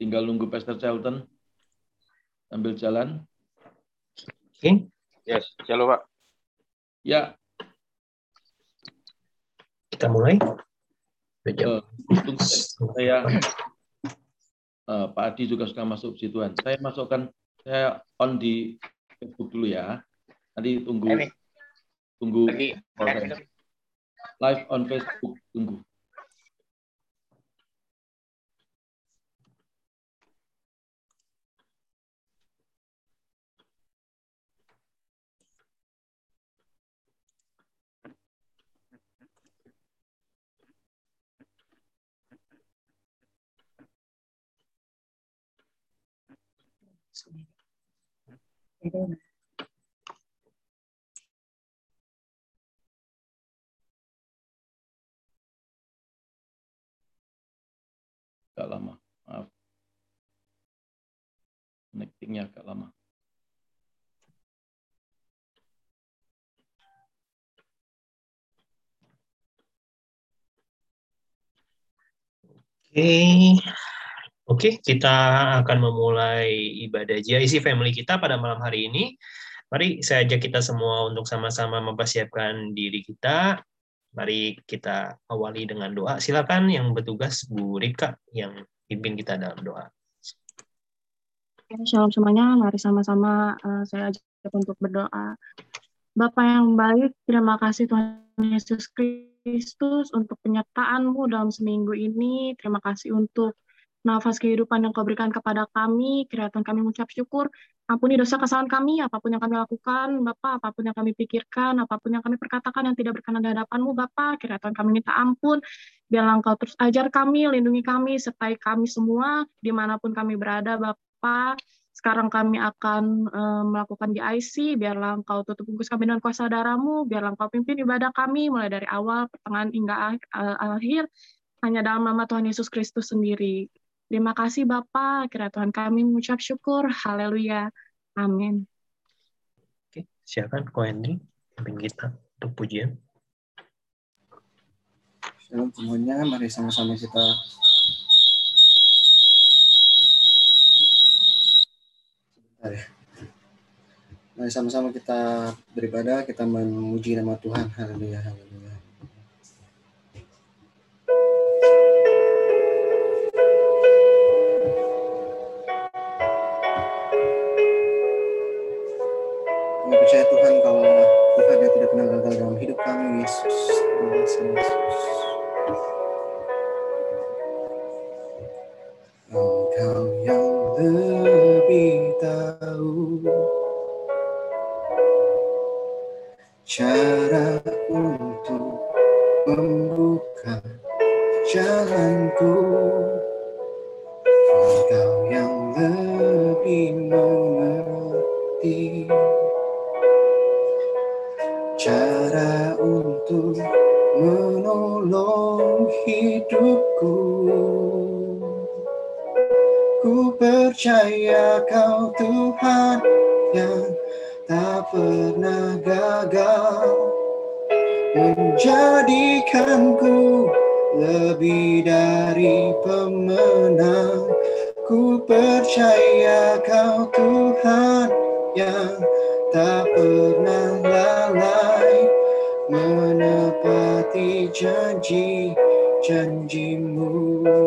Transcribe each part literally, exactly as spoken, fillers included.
tinggal nunggu Pastor Charlton sambil jalan. Oke. Okay. Yes, halo Pak. Ya. Kita mulai. Uh, tunggu saya. Uh, Pak Adi juga sudah masuk situ. Saya masukkan, saya on di Facebook dulu ya. Nanti tunggu. Ini. Tunggu. Lagi. Live on Facebook, tunggu. Agak lama, maaf. Connecting-nya agak lama. Oke, oke, kita akan memulai ibadah G I C Family kita pada malam hari ini. Mari saya ajak kita semua untuk sama-sama mempersiapkan diri kita. Mari kita awali dengan doa. Silakan yang bertugas Bu Rika yang pimpin kita dalam doa. Shalom semuanya, mari sama-sama uh, saya ajak untuk berdoa. Bapa yang baik, terima kasih Tuhan Yesus Kristus untuk penyertaan-Mu dalam seminggu ini. Terima kasih untuk nafas kehidupan yang Kau berikan kepada kami. Kiranya kami mengucap syukur. Ampuni dosa kesalahan kami, apapun yang kami lakukan, Bapa, apapun yang kami pikirkan, apapun yang kami perkatakan yang tidak berkenan di hadapan-Mu, Bapa. Kiranya kami minta ampun. Biarlah Engkau terus ajar kami, lindungi kami, sertai kami semua, dimanapun kami berada, Bapa. Sekarang kami akan uh, melakukan D I C, biarlah Engkau tutup bungkus kami dengan kuasa darah-Mu, biarlah Engkau pimpin ibadah kami, mulai dari awal, pertengahan, hingga akhir, hanya dalam nama Tuhan Yesus Kristus sendiri. Terima kasih Bapa, kiranya Tuhan kami mengucap syukur, haleluya, amin. Oke, silakan Ko Henry, pimpin kita untuk pujian. Shalom semuanya, mari sama-sama kita Mari sama-sama kita beribadah, kita memuji nama Tuhan. Haleluya, haleluya. Kami percaya Tuhan kalau Tuhan yang tidak pernah gagal dalam hidup kami, Yesus. Yesus. Engkau yang lebih tahu cara untuk membuka jalanku. Engkau yang lebih mengerti cara untuk menolong hidupku. Ku percaya Kau Tuhan yang tak pernah gagal menjadikanku lebih dari pemenang. Ku percaya Kau Tuhan yang tak pernah lalai menepati janji-janji-Mu.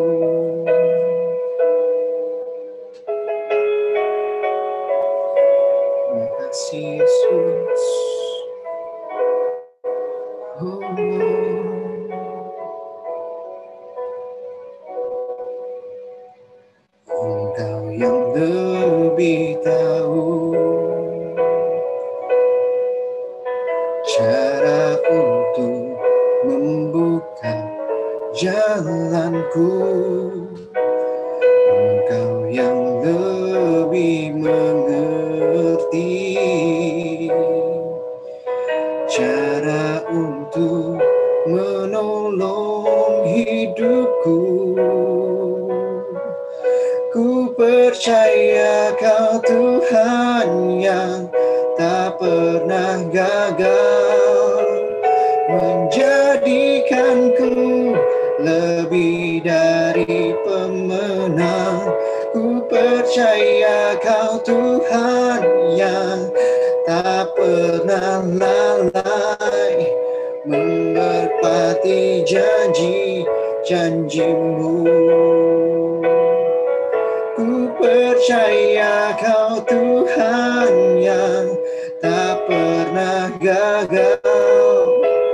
Yesus, oh, Engkau yang lebih tahu cara untuk membuka jalanku. Engkau yang lebih mengerti cara untuk menolong hidupku. Ku percaya Kau Tuhan yang tak pernah gagal menjadikanku lebih dari pemenang. Ku percaya Kau Tuhan yang tak pernah lalai menepati janji-janji-Mu. Ku percaya Kau Tuhan yang tak pernah gagal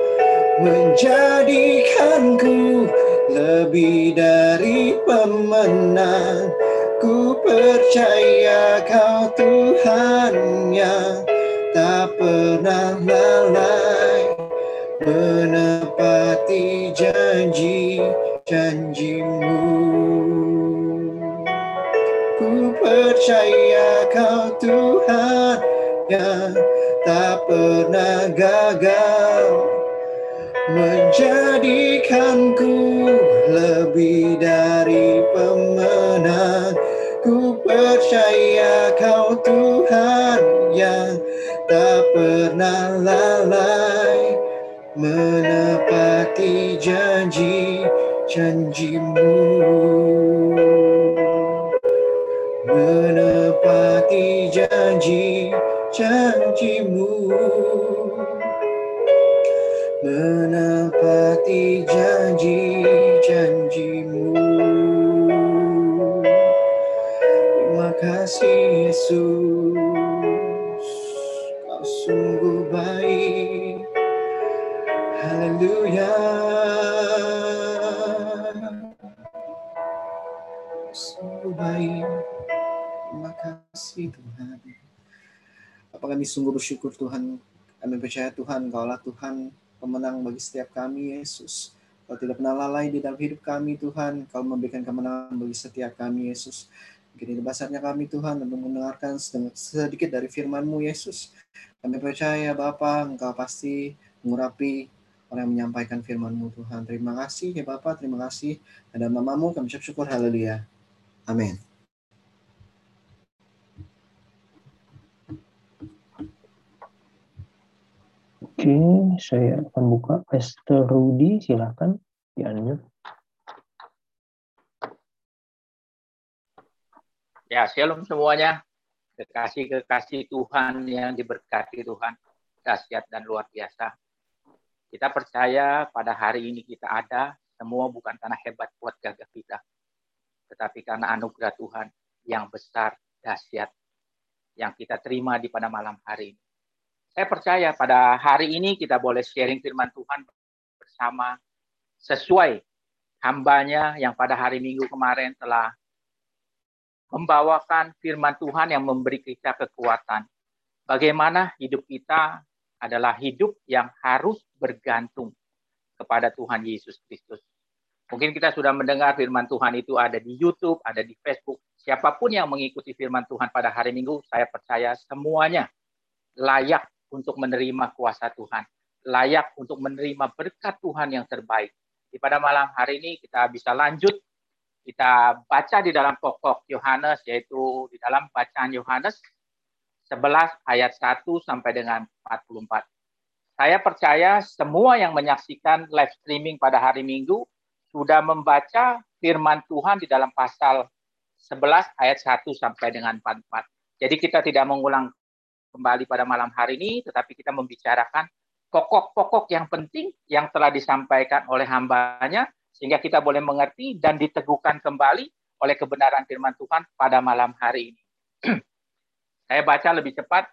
menjadikanku lebih dari pemenang. Ku percaya Kau Tuhan yang tak pernah lalai menepati janji-janji-Mu. Ku percaya Kau Tuhan yang tak pernah gagal menjadikanku lebih dari pemenang. Ku percaya Kau Tuhan yang tak pernah lalai menepati janji-janji-Mu. Menepati janji-janji-Mu. Menepati janji-janji-Mu. Terima kasih Yesus, Kau sungguh baik. Haleluya. Sungguh baik. Terima kasih Tuhan. Apa kami sungguh bersyukur Tuhan. Kami percaya Tuhan, Kaulah Tuhan pemenang bagi setiap kami Yesus. Kau tidak pernah lalai di dalam hidup kami Tuhan. Kau memberikan kemenangan bagi setiap kami Yesus. Mungkin ini besarnya kami Tuhan untuk mendengarkan sedikit dari firman-Mu Yesus. Kami percaya Bapa, Engkau pasti mengurapi orang yang menyampaikan firman-Mu Tuhan. Terima kasih ya Bapa, terima kasih. Dalam nama-Mu kami ucap syukur, haleluya. Amin. Oke, saya akan buka Pastor Rudy, silakan di-unmute. Ya, shalom semuanya. Kekasih-kekasih Tuhan yang diberkati Tuhan, dahsyat dan luar biasa. Kita percaya pada hari ini kita ada, semua bukan karena hebat kuat gagah kita, tetapi karena anugerah Tuhan yang besar, dahsyat, yang kita terima di pada malam hari ini. Saya percaya pada hari ini kita boleh sharing firman Tuhan bersama sesuai hambanya yang pada hari Minggu kemarin telah membawakan firman Tuhan yang memberi kita kekuatan. Bagaimana hidup kita adalah hidup yang harus bergantung kepada Tuhan Yesus Kristus. Mungkin kita sudah mendengar firman Tuhan itu ada di YouTube, ada di Facebook. Siapapun yang mengikuti firman Tuhan pada hari Minggu, saya percaya semuanya layak untuk menerima kuasa Tuhan, layak untuk menerima berkat Tuhan yang terbaik. Di pada malam hari ini kita bisa lanjut, kita baca di dalam pokok Yohanes, yaitu di dalam bacaan Yohanes sebelas ayat satu sampai dengan empat puluh empat. Saya percaya semua yang menyaksikan live streaming pada hari Minggu sudah membaca firman Tuhan di dalam pasal sebelas ayat satu sampai dengan empat puluh empat. Jadi kita tidak mengulang kembali pada malam hari ini, tetapi kita membicarakan pokok-pokok yang penting yang telah disampaikan oleh hambanya, sehingga kita boleh mengerti dan diteguhkan kembali oleh kebenaran firman Tuhan pada malam hari ini. Saya baca lebih cepat.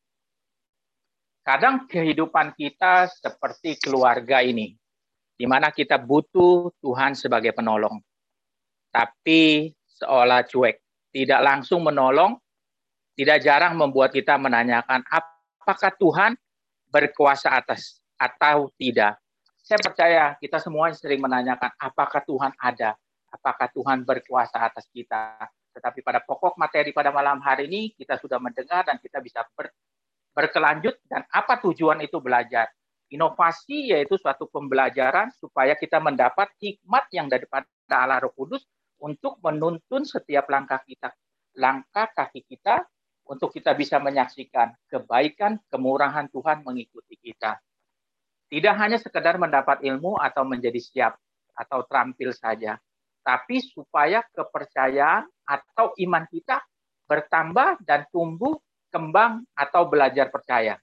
Kadang kehidupan kita seperti keluarga ini, di mana kita butuh Tuhan sebagai penolong. Tapi seolah cuek, tidak langsung menolong, tidak jarang membuat kita menanyakan apakah Tuhan berkuasa atas atau tidak. Saya percaya kita semua sering menanyakan apakah Tuhan ada, apakah Tuhan berkuasa atas kita. Tetapi pada pokok materi pada malam hari ini kita sudah mendengar dan kita bisa ber, berkelanjut dan apa tujuan itu belajar. Inovasi yaitu suatu pembelajaran supaya kita mendapat hikmat yang daripada Allah Roh Kudus untuk menuntun setiap langkah kita, langkah kaki kita, untuk kita bisa menyaksikan kebaikan, kemurahan Tuhan mengikuti kita. Tidak hanya sekedar mendapat ilmu atau menjadi siap atau terampil saja, tapi supaya kepercayaan atau iman kita bertambah dan tumbuh, kembang, atau belajar percaya.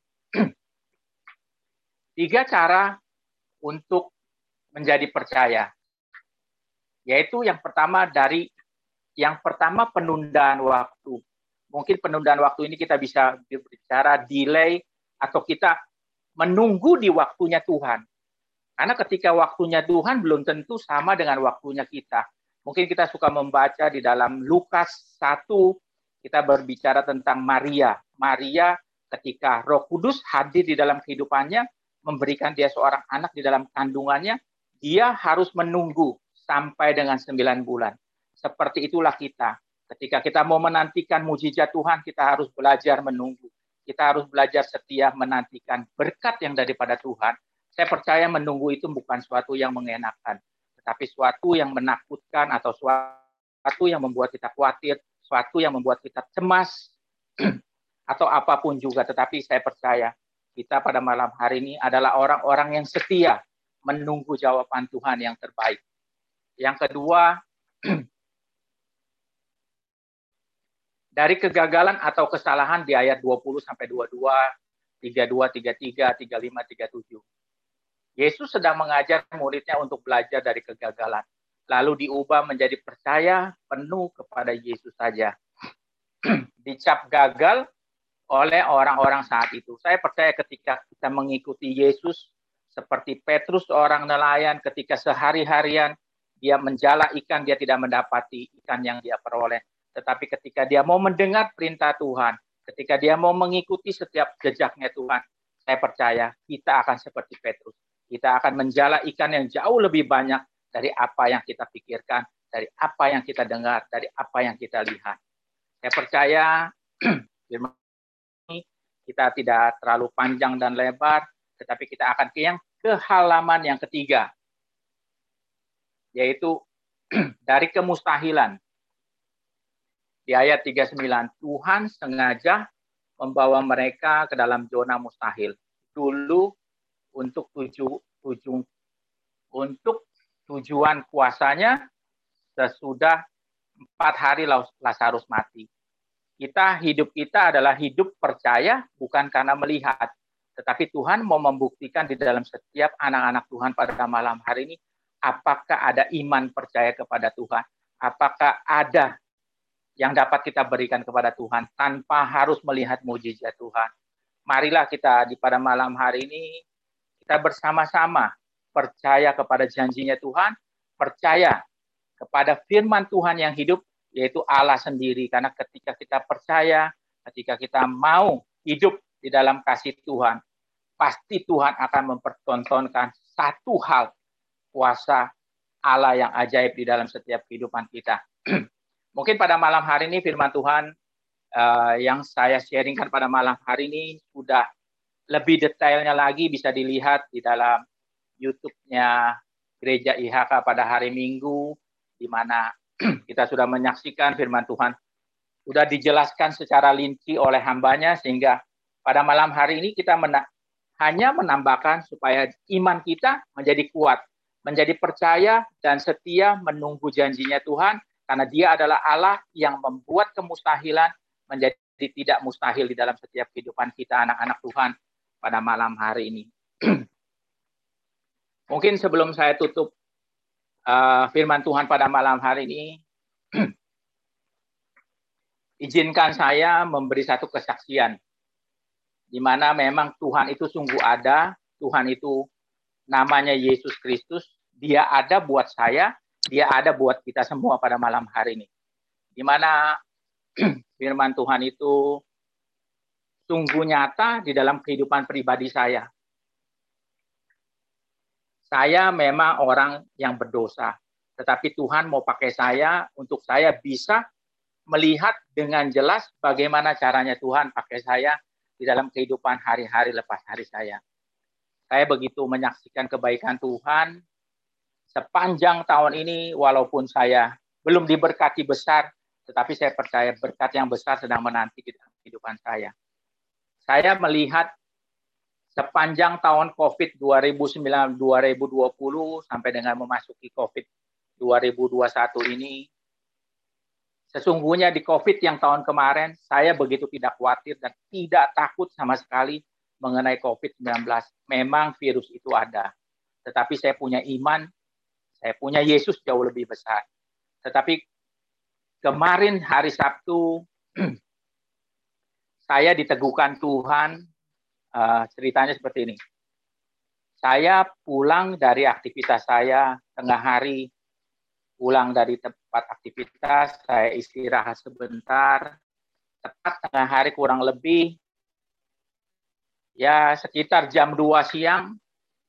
Tiga cara untuk menjadi percaya, yaitu yang pertama dari yang pertama penundaan waktu. Mungkin penundaan waktu ini kita bisa berbicara delay atau kita menunggu di waktunya Tuhan. Karena ketika waktunya Tuhan belum tentu sama dengan waktunya kita. Mungkin kita suka membaca di dalam Lukas satu, kita berbicara tentang Maria. Maria ketika Roh Kudus hadir di dalam kehidupannya, memberikan dia seorang anak di dalam kandungannya, dia harus menunggu sampai dengan sembilan bulan. Seperti itulah kita. Ketika kita mau menantikan mujizat Tuhan, kita harus belajar menunggu. Kita harus belajar setia menantikan berkat yang daripada Tuhan. Saya percaya menunggu itu bukan suatu yang mengenakan, tetapi suatu yang menakutkan atau suatu yang membuat kita khawatir, suatu yang membuat kita cemas, atau apapun juga. Tetapi saya percaya kita pada malam hari ini adalah orang-orang yang setia menunggu jawaban Tuhan yang terbaik. Yang kedua, dari kegagalan atau kesalahan di ayat dua puluh sampai dua puluh dua, tiga puluh dua, tiga puluh tiga, tiga puluh lima, tiga puluh tujuh. Yesus sedang mengajar muridnya untuk belajar dari kegagalan, lalu diubah menjadi percaya penuh kepada Yesus saja. Dicap gagal oleh orang-orang saat itu. Saya percaya ketika kita mengikuti Yesus, seperti Petrus orang nelayan, ketika sehari-harian dia menjala ikan, dia tidak mendapati ikan yang dia peroleh. Tetapi ketika dia mau mendengar perintah Tuhan, ketika dia mau mengikuti setiap jejaknya Tuhan, saya percaya kita akan seperti Petrus. Kita akan menjala ikan yang jauh lebih banyak dari apa yang kita pikirkan, dari apa yang kita dengar, dari apa yang kita lihat. Saya percaya firman ini kita tidak terlalu panjang dan lebar, tetapi kita akan ke yang ke halaman yang ketiga, yaitu dari kemustahilan. Di ayat tiga puluh sembilan, Tuhan sengaja membawa mereka ke dalam zona mustahil. Dulu untuk tuju, tuju, untuk tujuan kuasanya sesudah empat hari Lazarus mati. Kita hidup kita adalah hidup percaya bukan karena melihat, tetapi Tuhan mau membuktikan di dalam setiap anak-anak Tuhan pada malam hari ini, apakah ada iman percaya kepada Tuhan, apakah ada yang dapat kita berikan kepada Tuhan tanpa harus melihat mujizat Tuhan. Marilah kita di pada malam hari ini kita bersama-sama percaya kepada janjinya Tuhan, percaya kepada firman Tuhan yang hidup, yaitu Allah sendiri. Karena ketika kita percaya, ketika kita mau hidup di dalam kasih Tuhan, pasti Tuhan akan mempertontonkan satu hal, kuasa Allah yang ajaib di dalam setiap kehidupan kita. Mungkin pada malam hari ini firman Tuhan uh, yang saya sharingkan pada malam hari ini sudah lebih detailnya lagi bisa dilihat di dalam YouTube-nya Gereja I H K pada hari Minggu, di mana kita sudah menyaksikan firman Tuhan sudah dijelaskan secara rinci oleh hambanya, sehingga pada malam hari ini kita mena- hanya menambahkan supaya iman kita menjadi kuat, menjadi percaya dan setia menunggu janjinya Tuhan, karena Dia adalah Allah yang membuat kemustahilan menjadi tidak mustahil di dalam setiap kehidupan kita anak-anak Tuhan pada malam hari ini. Mungkin sebelum saya tutup uh, firman Tuhan pada malam hari ini, izinkan saya memberi satu kesaksian, di mana memang Tuhan itu sungguh ada, Tuhan itu namanya Yesus Kristus, Dia ada buat saya, Dia ada buat kita semua pada malam hari ini. Di mana firman Tuhan itu sungguh nyata di dalam kehidupan pribadi saya. Saya memang orang yang berdosa, tetapi Tuhan mau pakai saya untuk saya bisa melihat dengan jelas bagaimana caranya Tuhan pakai saya di dalam kehidupan hari-hari lepas hari saya. Saya begitu menyaksikan kebaikan Tuhan sepanjang tahun ini, walaupun saya belum diberkati besar, tetapi saya percaya berkat yang besar sedang menanti di dalam kehidupan saya. Saya melihat sepanjang tahun COVID dua ribu sembilan belas dua ribu dua puluh sampai dengan memasuki COVID dua ribu dua puluh satu ini, sesungguhnya di COVID yang tahun kemarin, saya begitu tidak khawatir dan tidak takut sama sekali mengenai COVID sembilan belas. Memang virus itu ada. Tetapi saya punya iman, saya punya Yesus jauh lebih besar. Tetapi kemarin hari Sabtu, saya diteguhkan Tuhan, uh, ceritanya seperti ini. Saya pulang dari aktivitas saya tengah hari, pulang dari tempat aktivitas, saya istirahat sebentar, tepat tengah hari kurang lebih, ya sekitar jam dua siang,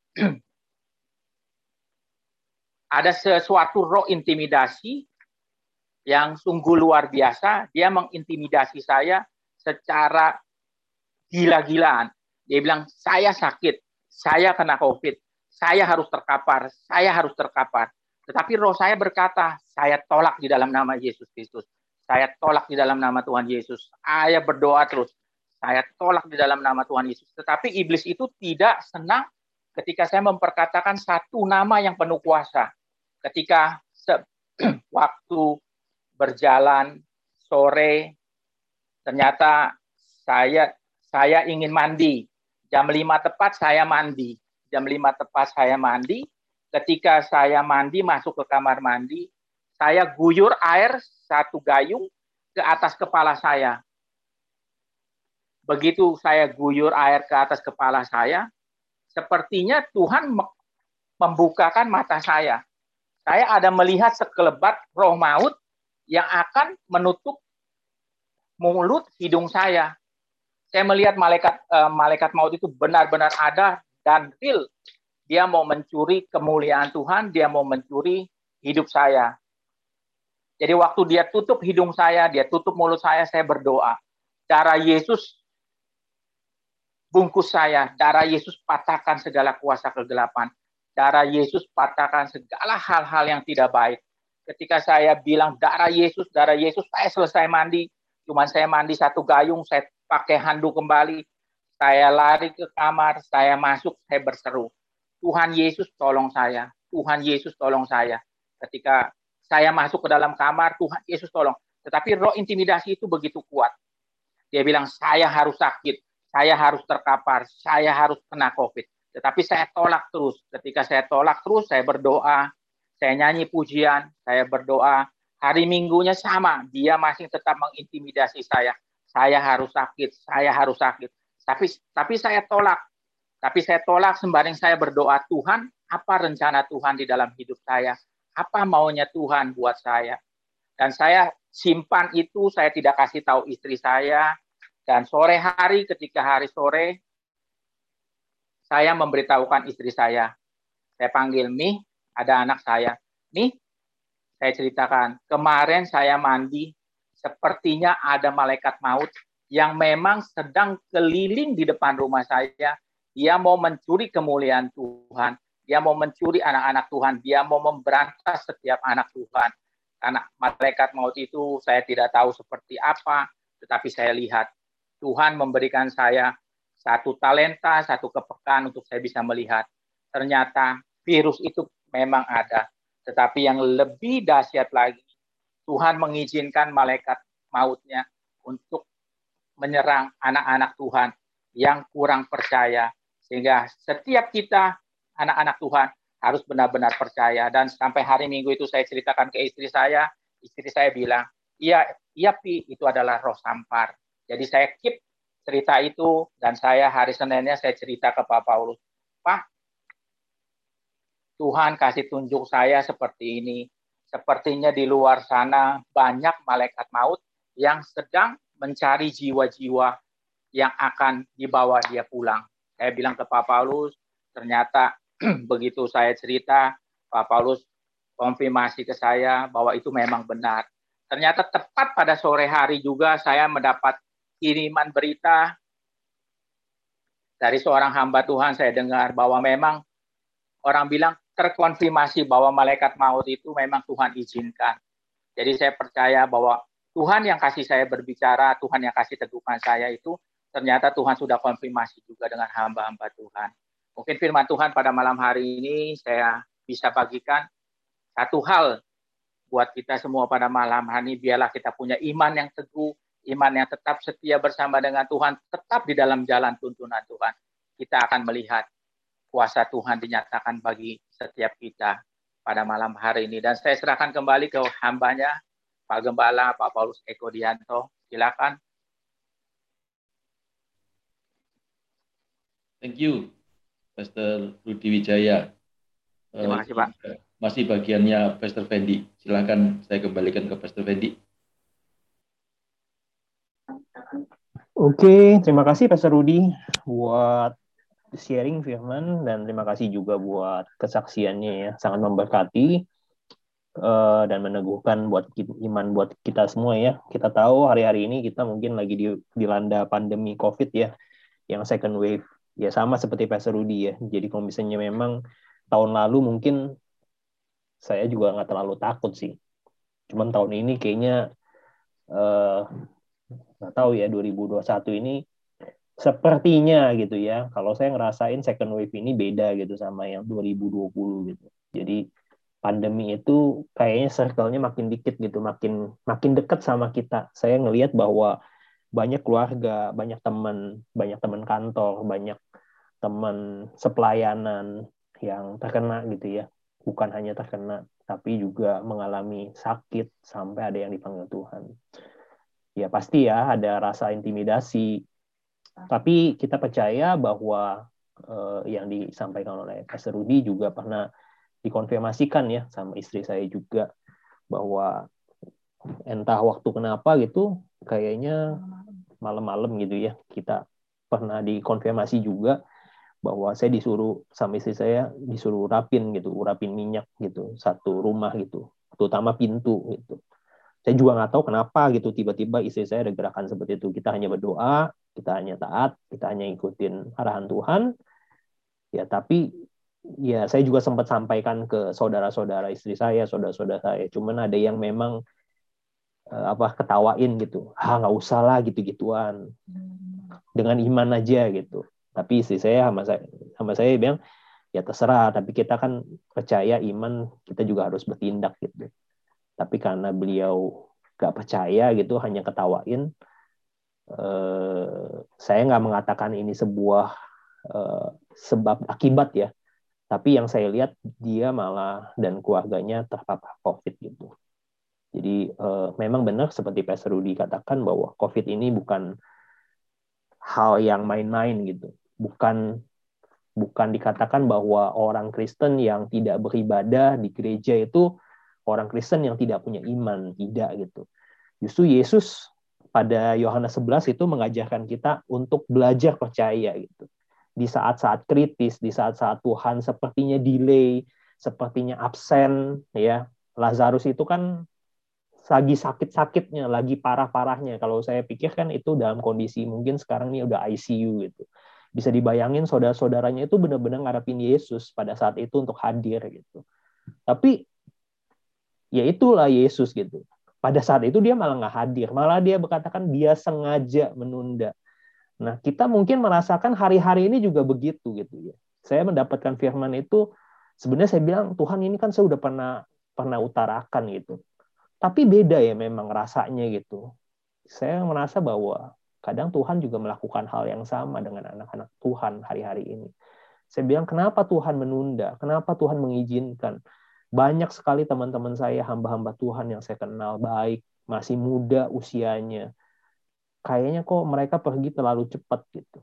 ada sesuatu roh intimidasi yang sungguh luar biasa, dia mengintimidasi saya secara gila-gilaan. Dia bilang, saya sakit, saya kena COVID, saya harus terkapar, saya harus terkapar. Tetapi roh saya berkata, saya tolak di dalam nama Yesus Kristus. Saya tolak di dalam nama Tuhan Yesus. Saya berdoa terus. Saya tolak di dalam nama Tuhan Yesus. Tetapi iblis itu tidak senang ketika saya memperkatakan satu nama yang penuh kuasa. Ketika waktu berjalan sore, ternyata saya saya ingin mandi. Jam lima tepat saya mandi. Jam lima tepat saya mandi. Ketika saya mandi, masuk ke kamar mandi, saya guyur air satu gayung ke atas kepala saya. Begitu saya guyur air ke atas kepala saya, sepertinya Tuhan membukakan mata saya. Saya ada melihat sekelebat roh maut yang akan menutup mulut hidung saya. Saya melihat malaikat uh, malaikat maut itu benar-benar ada dan real. Dia mau mencuri kemuliaan Tuhan, dia mau mencuri hidup saya. Jadi waktu dia tutup hidung saya, dia tutup mulut saya, saya berdoa. Darah Yesus bungkus saya, darah Yesus patahkan segala kuasa kegelapan. Darah Yesus patahkan segala hal-hal yang tidak baik. Ketika saya bilang darah Yesus, darah Yesus, saya selesai mandi. Cuma saya mandi satu gayung, saya pakai handuk kembali. Saya lari ke kamar, saya masuk, saya berseru. Tuhan Yesus tolong saya. Tuhan Yesus tolong saya. Ketika saya masuk ke dalam kamar, Tuhan Yesus tolong. Tetapi roh intimidasi itu begitu kuat. Dia bilang, saya harus sakit. Saya harus terkapar. Saya harus kena COVID. Tetapi saya tolak terus. Ketika saya tolak terus, saya berdoa. Saya nyanyi pujian. Saya berdoa. Hari Minggunya sama. Dia masih tetap mengintimidasi saya. Saya harus sakit. Saya harus sakit. Tapi tapi saya tolak. Tapi saya tolak sembari saya berdoa, Tuhan, apa rencana Tuhan di dalam hidup saya? Apa maunya Tuhan buat saya? Dan saya simpan itu, saya tidak kasih tahu istri saya. Dan sore hari, ketika hari sore, saya memberitahukan istri saya. Saya panggil, Mi, ada anak saya. Mi, saya ceritakan, kemarin saya mandi, sepertinya ada malaikat maut yang memang sedang keliling di depan rumah saya. Dia mau mencuri kemuliaan Tuhan. Dia mau mencuri anak-anak Tuhan. Dia mau memberantas setiap anak Tuhan. Karena malaikat maut itu saya tidak tahu seperti apa, tetapi saya lihat Tuhan memberikan saya satu talenta, satu kepekaan untuk saya bisa melihat. Ternyata virus itu memang ada. Tetapi yang lebih dahsyat lagi, Tuhan mengizinkan malaikat mautnya untuk menyerang anak-anak Tuhan yang kurang percaya. Sehingga setiap kita, anak-anak Tuhan, harus benar-benar percaya. Dan sampai hari Minggu itu saya ceritakan ke istri saya, istri saya bilang, iya, iya Pi, itu adalah roh sampar. Jadi saya keep cerita itu, dan saya hari Seninnya saya cerita ke Pak Paulus, Pak, Tuhan kasih tunjuk saya seperti ini. Sepertinya di luar sana banyak malaikat maut yang sedang mencari jiwa-jiwa yang akan dibawa dia pulang. Saya bilang ke Pak Paulus, ternyata begitu saya cerita, Pak Paulus konfirmasi ke saya bahwa itu memang benar. Ternyata tepat pada sore hari juga saya mendapat kiriman berita dari seorang hamba Tuhan. Saya dengar bahwa memang orang bilang terkonfirmasi bahwa malaikat maut itu memang Tuhan izinkan. Jadi saya percaya bahwa Tuhan yang kasih saya berbicara, Tuhan yang kasih teguhan saya itu, ternyata Tuhan sudah konfirmasi juga dengan hamba-hamba Tuhan. Mungkin firman Tuhan pada malam hari ini saya bisa bagikan. satu hal buat kita semua pada malam hari ini, biarlah kita punya iman yang teguh, iman yang tetap setia bersama dengan Tuhan, tetap di dalam jalan tuntunan Tuhan. Kita akan melihat kuasa Tuhan dinyatakan bagi setiap kita pada malam hari ini. Dan saya serahkan kembali ke hambanya, Pak Gembala, Pak Paulus Eko Dianto. Silakan. Thank you, Pastor Rudi Wijaya. Terima kasih, Pak. Masih bagiannya Pastor Fendi. Silakan saya kembalikan ke Pastor Fendi. Oke, terima kasih Pastor Rudi buat sharing firman, dan terima kasih juga buat kesaksiannya ya, sangat memberkati uh, dan meneguhkan buat iman buat kita semua ya. Kita tahu hari-hari ini kita mungkin lagi di, dilanda pandemi COVID ya, yang second wave ya, sama seperti Pastor Rudi ya. Jadi kalau misalnya memang tahun lalu mungkin saya juga nggak terlalu takut sih, cuman tahun ini kayaknya uh, nggak tahu ya, dua ribu dua puluh satu ini sepertinya gitu ya, kalau saya ngerasain second wave ini beda gitu sama yang dua ribu dua puluh gitu. Jadi pandemi itu kayaknya circle-nya makin dikit gitu, makin makin dekat sama kita. Saya ngelihat bahwa banyak keluarga, banyak teman, banyak teman kantor, banyak teman sepelayanan yang terkena gitu ya. Bukan hanya terkena, tapi juga mengalami sakit sampai ada yang dipanggil Tuhan. Ya pasti ya ada rasa intimidasi. Tapi kita percaya bahwa eh, yang disampaikan oleh Pastor Rudi juga pernah dikonfirmasikan ya sama istri saya juga, bahwa entah waktu kenapa gitu, kayaknya malam-malam gitu ya, kita pernah dikonfirmasi juga bahwa saya disuruh sama istri saya disuruh urapin gitu, urapin minyak gitu, satu rumah gitu, terutama pintu gitu. Saya juga nggak tahu kenapa gitu, tiba-tiba istri saya ada gerakan seperti itu. Kita hanya berdoa, kita hanya taat, kita hanya ikutin arahan Tuhan. Ya, tapi ya saya juga sempat sampaikan ke saudara-saudara istri saya, saudara-saudara saya. Cuman ada yang memang eh, apa ketawain gitu. Ah, nggak usah lah gitu-gituan. Dengan iman aja gitu. Tapi istri saya sama saya sama saya bilang, ya terserah, tapi kita kan percaya iman, kita juga harus bertindak gitu. Tapi karena beliau gak percaya gitu, hanya ketawain, eh, saya nggak mengatakan ini sebuah eh, sebab akibat ya, tapi yang saya lihat dia malah dan keluarganya terpapar COVID gitu. Jadi eh, memang benar seperti Pastor Rudi katakan bahwa COVID ini bukan hal yang main-main gitu, bukan bukan dikatakan bahwa orang Kristen yang tidak beribadah di gereja itu orang Kristen yang tidak punya iman, tidak gitu. Justru Yesus pada Yohanes sebelas itu mengajarkan kita untuk belajar percaya gitu. Di saat-saat kritis, di saat-saat Tuhan sepertinya delay, sepertinya absen ya. Lazarus itu kan lagi sakit-sakitnya, lagi parah-parahnya. Kalau saya pikir kan itu dalam kondisi mungkin sekarang ini udah I C U gitu. Bisa dibayangin saudara-saudaranya itu benar-benar ngarepin Yesus pada saat itu untuk hadir gitu. Tapi ya itulah Yesus gitu. Pada saat itu dia malah nggak hadir, malah dia berkatakan dia sengaja menunda. Nah, kita mungkin merasakan hari-hari ini juga begitu gitu ya. Saya mendapatkan firman itu, sebenarnya saya bilang Tuhan ini kan saya udah pernah pernah utarakan gitu. Tapi beda ya memang rasanya gitu. Saya merasa bahwa kadang Tuhan juga melakukan hal yang sama dengan anak-anak Tuhan hari-hari ini. Saya bilang, kenapa Tuhan menunda? Kenapa Tuhan mengizinkan? Banyak sekali teman-teman saya, hamba-hamba Tuhan yang saya kenal baik, masih muda usianya. Kayaknya kok mereka pergi terlalu cepat gitu.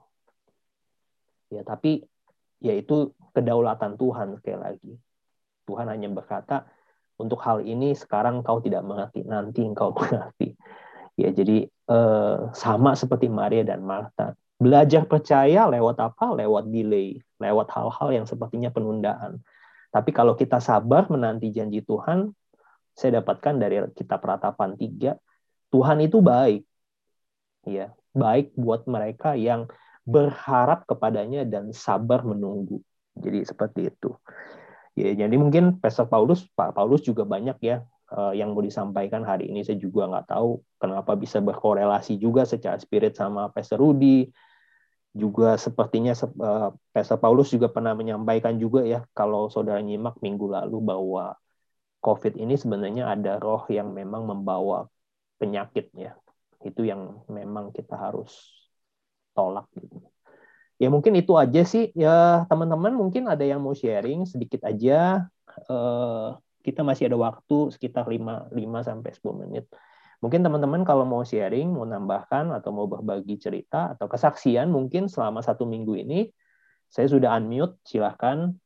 Ya, tapi ya itu kedaulatan Tuhan sekali lagi. Tuhan hanya berkata, untuk hal ini sekarang kau tidak mengerti, nanti engkau mengerti. Ya, jadi eh, sama seperti Maria dan Martha. Belajar percaya lewat apa? Lewat delay, lewat hal-hal yang sepertinya penundaan. Tapi kalau kita sabar menanti janji Tuhan, saya dapatkan dari kitab Ratapan tiga, Tuhan itu baik. Ya, baik buat mereka yang berharap kepadanya dan sabar menunggu. Jadi seperti itu. Ya, jadi mungkin Pastor Paulus, Pak Paulus juga banyak ya yang mau disampaikan hari ini. Saya juga nggak tahu kenapa bisa berkorelasi juga secara spirit sama Pastor Rudi. Juga sepertinya uh, Pastor Paulus juga pernah menyampaikan juga ya, kalau saudara nyimak minggu lalu, bahwa COVID ini sebenarnya ada roh yang memang membawa penyakit ya. Itu yang memang kita harus tolak gitu. Ya mungkin itu aja sih ya teman-teman, mungkin ada yang mau sharing sedikit aja. Uh, kita masih ada waktu sekitar lima sampai sepuluh menit. Mungkin teman-teman kalau mau sharing, mau nambahkan atau mau berbagi cerita atau kesaksian mungkin selama satu minggu ini, saya sudah unmute, silahkan.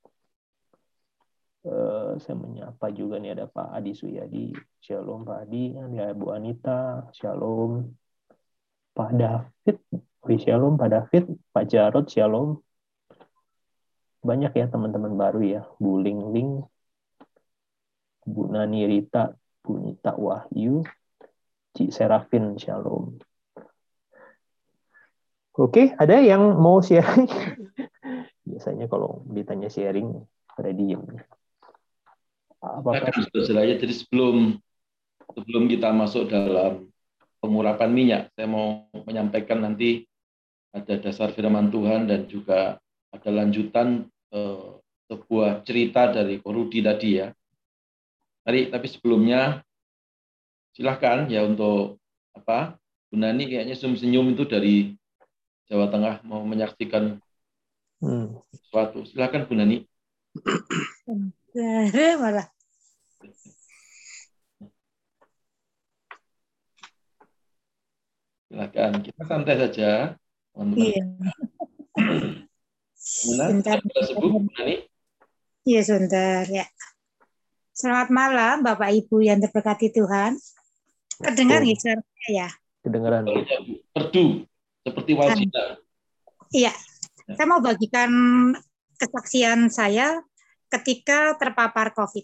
Uh, saya menyapa juga nih, ada Pak Adi Suyadi, Shalom Pak Adi, ada Bu Anita, Shalom Pak David, Shalom Pak David, Pak Jarod, Shalom. Banyak ya teman-teman baru ya, Bu Ling Ling, Bu Nani Rita, Bu Nita Wahyu, Cik Serafin, Shalom. Oke, ada yang mau sharing? Biasanya kalau ditanya sharing, pada diem. Apakah jadi sebelum sebelum kita masuk dalam pengurapan minyak, saya mau menyampaikan nanti ada dasar firman Tuhan dan juga ada lanjutan eh, sebuah cerita dari Korudi tadi ya. Tadi, tapi sebelumnya silahkan ya untuk apa? Bu Nani kayaknya senyum-senyum itu dari Jawa Tengah mau menyaksikan hmm. sesuatu. Silahkan Bu Nani. Malah. Silakan, kita santai saja, teman-teman. Iya. Sebentar. Sebut, iya, sebentar ya. Selamat malam, Bapak Ibu yang terberkati Tuhan. Kedengar nggih suara saya ya? Kedengaran. Merdu, seperti wajibnya. Iya, saya mau bagikan kesaksian saya ketika terpapar COVID.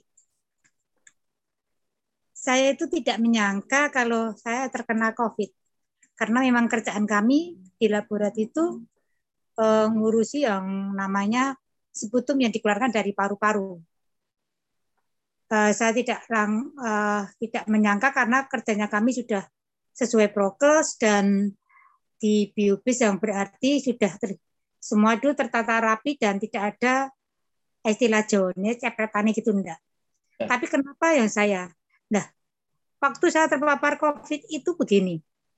Saya itu tidak menyangka kalau saya terkena COVID. Karena memang kerjaan kami di laboratorium itu uh, ngurusi yang namanya sebutum yang dikeluarkan dari paru-paru. Uh, saya tidak lang, uh, tidak menyangka karena kerjanya kami sudah sesuai prokes dan di biobis yang berarti sudah ter, semua itu tertata rapi dan tidak ada istilah Jawanya cepretane gitu enggak. Tapi kenapa yang saya? Nah, waktu saya terpapar COVID itu begini.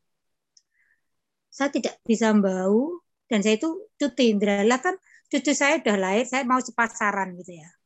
Saya tidak bisa bau dan saya itu cuti indera. Lah kan cucu saya udah lahir, saya mau sepasaran gitu ya.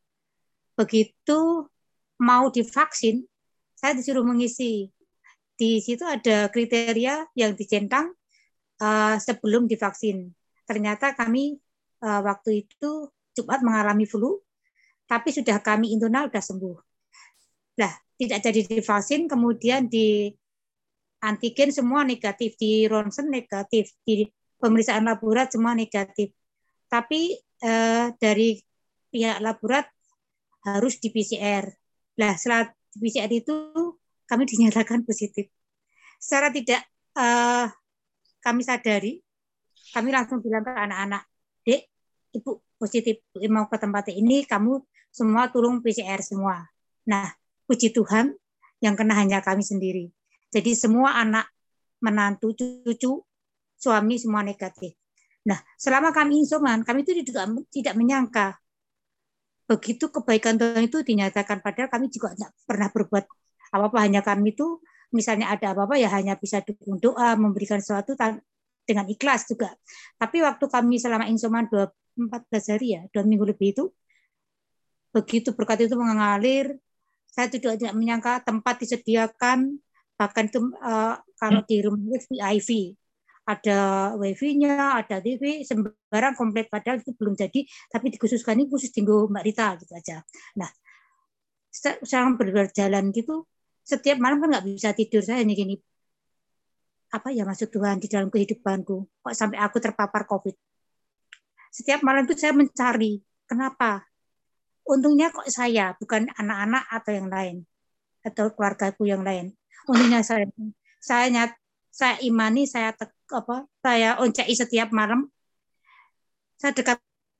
Begitu mau divaksin, saya disuruh mengisi. Di situ ada kriteria yang dicentang uh, sebelum divaksin. Ternyata kami uh, waktu itu Jumat mengalami flu, tapi sudah kami internal sudah sembuh. Nah, tidak jadi divaksin, kemudian di antigen semua negatif, di ronsen negatif, di pemeriksaan laborat semua negatif. Tapi uh, dari pihak laborat harus di P C R. Nah, setelah P C R itu kami dinyatakan positif. Secara tidak uh, kami sadari, kami langsung bilang ke anak-anak, Dek, Ibu positif, mau ke tempat ini, kamu semua tolong P C R semua. Nah, puji Tuhan, yang kena hanya kami sendiri. Jadi semua anak, menantu, cucu, suami semua negatif. Nah, selama kami isoman, kami itu juga tidak menyangka begitu kebaikan Tuhan itu dinyatakan, padahal kami juga tidak pernah berbuat apa-apa, hanya kami itu misalnya ada apa-apa ya hanya bisa dukung doa, memberikan sesuatu dengan ikhlas juga. Tapi waktu kami selama insoman empat belas hari ya, dua minggu lebih itu, begitu berkat itu mengalir, saya juga tidak menyangka tempat disediakan, bahkan itu uh, kalau di rumah V I V, ada wifi-nya, ada T V, sembarang komplit, padahal itu belum jadi, tapi dikhususkan ini khusus tinggal Mbak Rita gitu aja. Nah, sekarang berjalan gitu, setiap malam kan nggak bisa tidur, saya hanya gini, apa ya maksud Tuhan di dalam kehidupanku, kok sampai aku terpapar COVID. Setiap malam itu saya mencari, kenapa? Untungnya kok saya, bukan anak-anak atau yang lain, atau keluargaku yang lain. Untungnya saya, saya nyat, saya imani, saya tek, apa, saya oncai setiap malam. Saya dekat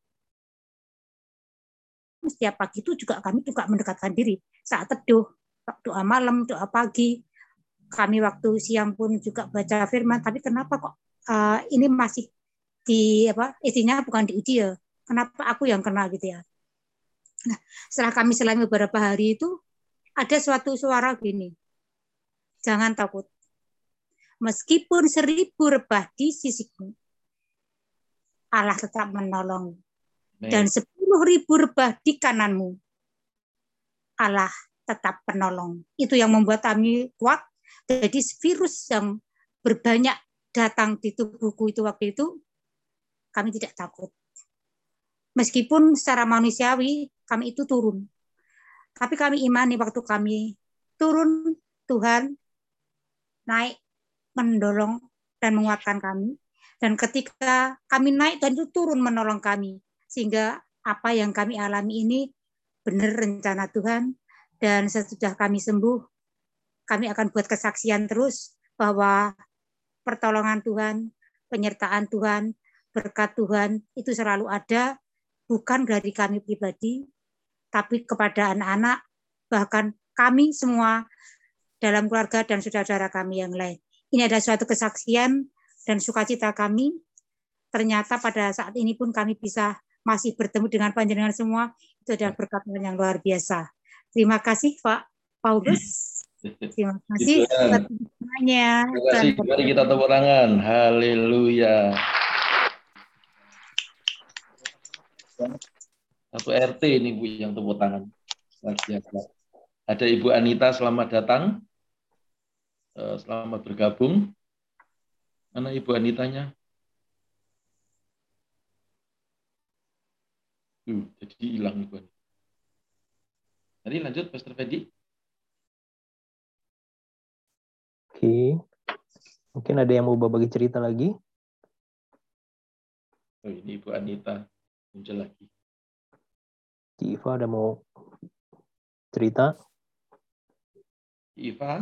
setiap pagi itu juga kami juga mendekatkan diri saat teduh, doa malam, doa pagi. Kami waktu siang pun juga baca firman. Tapi kenapa kok uh, ini masih di apa? Isinya bukan diuji ya? Kenapa aku yang kena gitu ya? Nah, setelah kami selama beberapa hari itu ada suatu suara gini, jangan takut. Meskipun seribu rebah di sisiku, Allah tetap menolong. Dan sepuluh ribu rebah di kananmu, Allah tetap penolong. Itu yang membuat kami kuat. Jadi virus yang berbanyak datang di tubuhku itu waktu itu, kami tidak takut. Meskipun secara manusiawi kami itu turun. Tapi kami imani waktu kami turun, Tuhan naik, mendorong dan menguatkan kami. Dan ketika kami naik dan itu turun menolong kami. Sehingga apa yang kami alami ini benar rencana Tuhan. Dan sesudah kami sembuh, kami akan buat kesaksian terus bahwa pertolongan Tuhan, penyertaan Tuhan, berkat Tuhan itu selalu ada, bukan dari kami pribadi, tapi kepada anak-anak, bahkan kami semua dalam keluarga dan saudara-saudara kami yang lain. Ini ada suatu kesaksian dan sukacita kami. Ternyata pada saat ini pun kami bisa masih bertemu dengan panjenengan semua. Itu adalah berkat yang luar biasa. Terima kasih Pak Paulus. Terima kasih semuanya. Terima kasih. Mari kita tepuk tangan. Haleluya. Satu R T ini Bu yang tepuk tangan. Ada Ibu Anita, selamat datang. Selamat bergabung. Mana Ibu Anitanya? Uh, jadi hilang Ibu Anita. Tadi lanjut, Pastor Fendi. Oke. Mungkin ada yang mau berbagi cerita lagi? Oh, ini Ibu Anita muncul lagi. Ci Iva ada mau cerita? Ci Iva?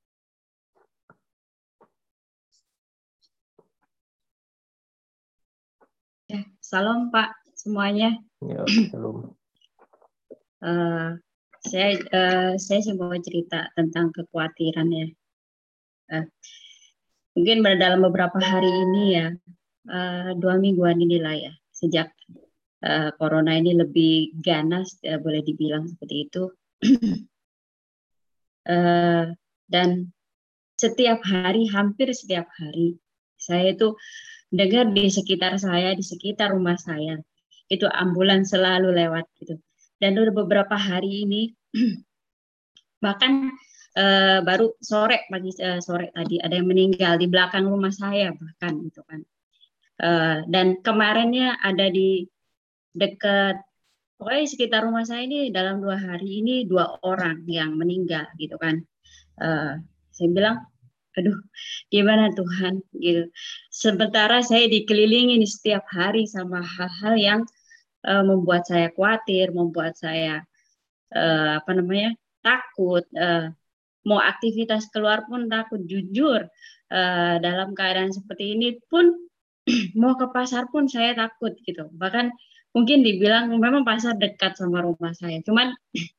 Ya, salam Pak semuanya. Ya, salam. Uh, saya uh, saya sih mau cerita tentang kekhawatiran ya. Uh, mungkin dalam beberapa hari ini ya, uh, dua mingguan inilah ya, sejak uh, corona ini lebih ganas, uh, boleh dibilang seperti itu. uh, dan setiap hari, hampir setiap hari, saya itu dengar di sekitar saya, di sekitar rumah saya, itu ambulans selalu lewat gitu. Dan udah beberapa hari ini, bahkan uh, baru sore pagi uh, sore tadi ada yang meninggal di belakang rumah saya bahkan gitu kan. Uh, dan kemarinnya ada di dekat, pokoknya sekitar rumah saya ini dalam dua hari ini dua orang yang meninggal gitu kan. Uh, saya bilang, aduh, gimana Tuhan gitu. Sementara saya dikelilingi setiap hari sama hal-hal yang uh, membuat saya khawatir, membuat saya uh, apa namanya takut. Uh, mau aktivitas keluar pun takut. Jujur, uh, dalam keadaan seperti ini pun mau ke pasar pun saya takut gitu. Bahkan mungkin dibilang memang pasar dekat sama rumah saya. Cuman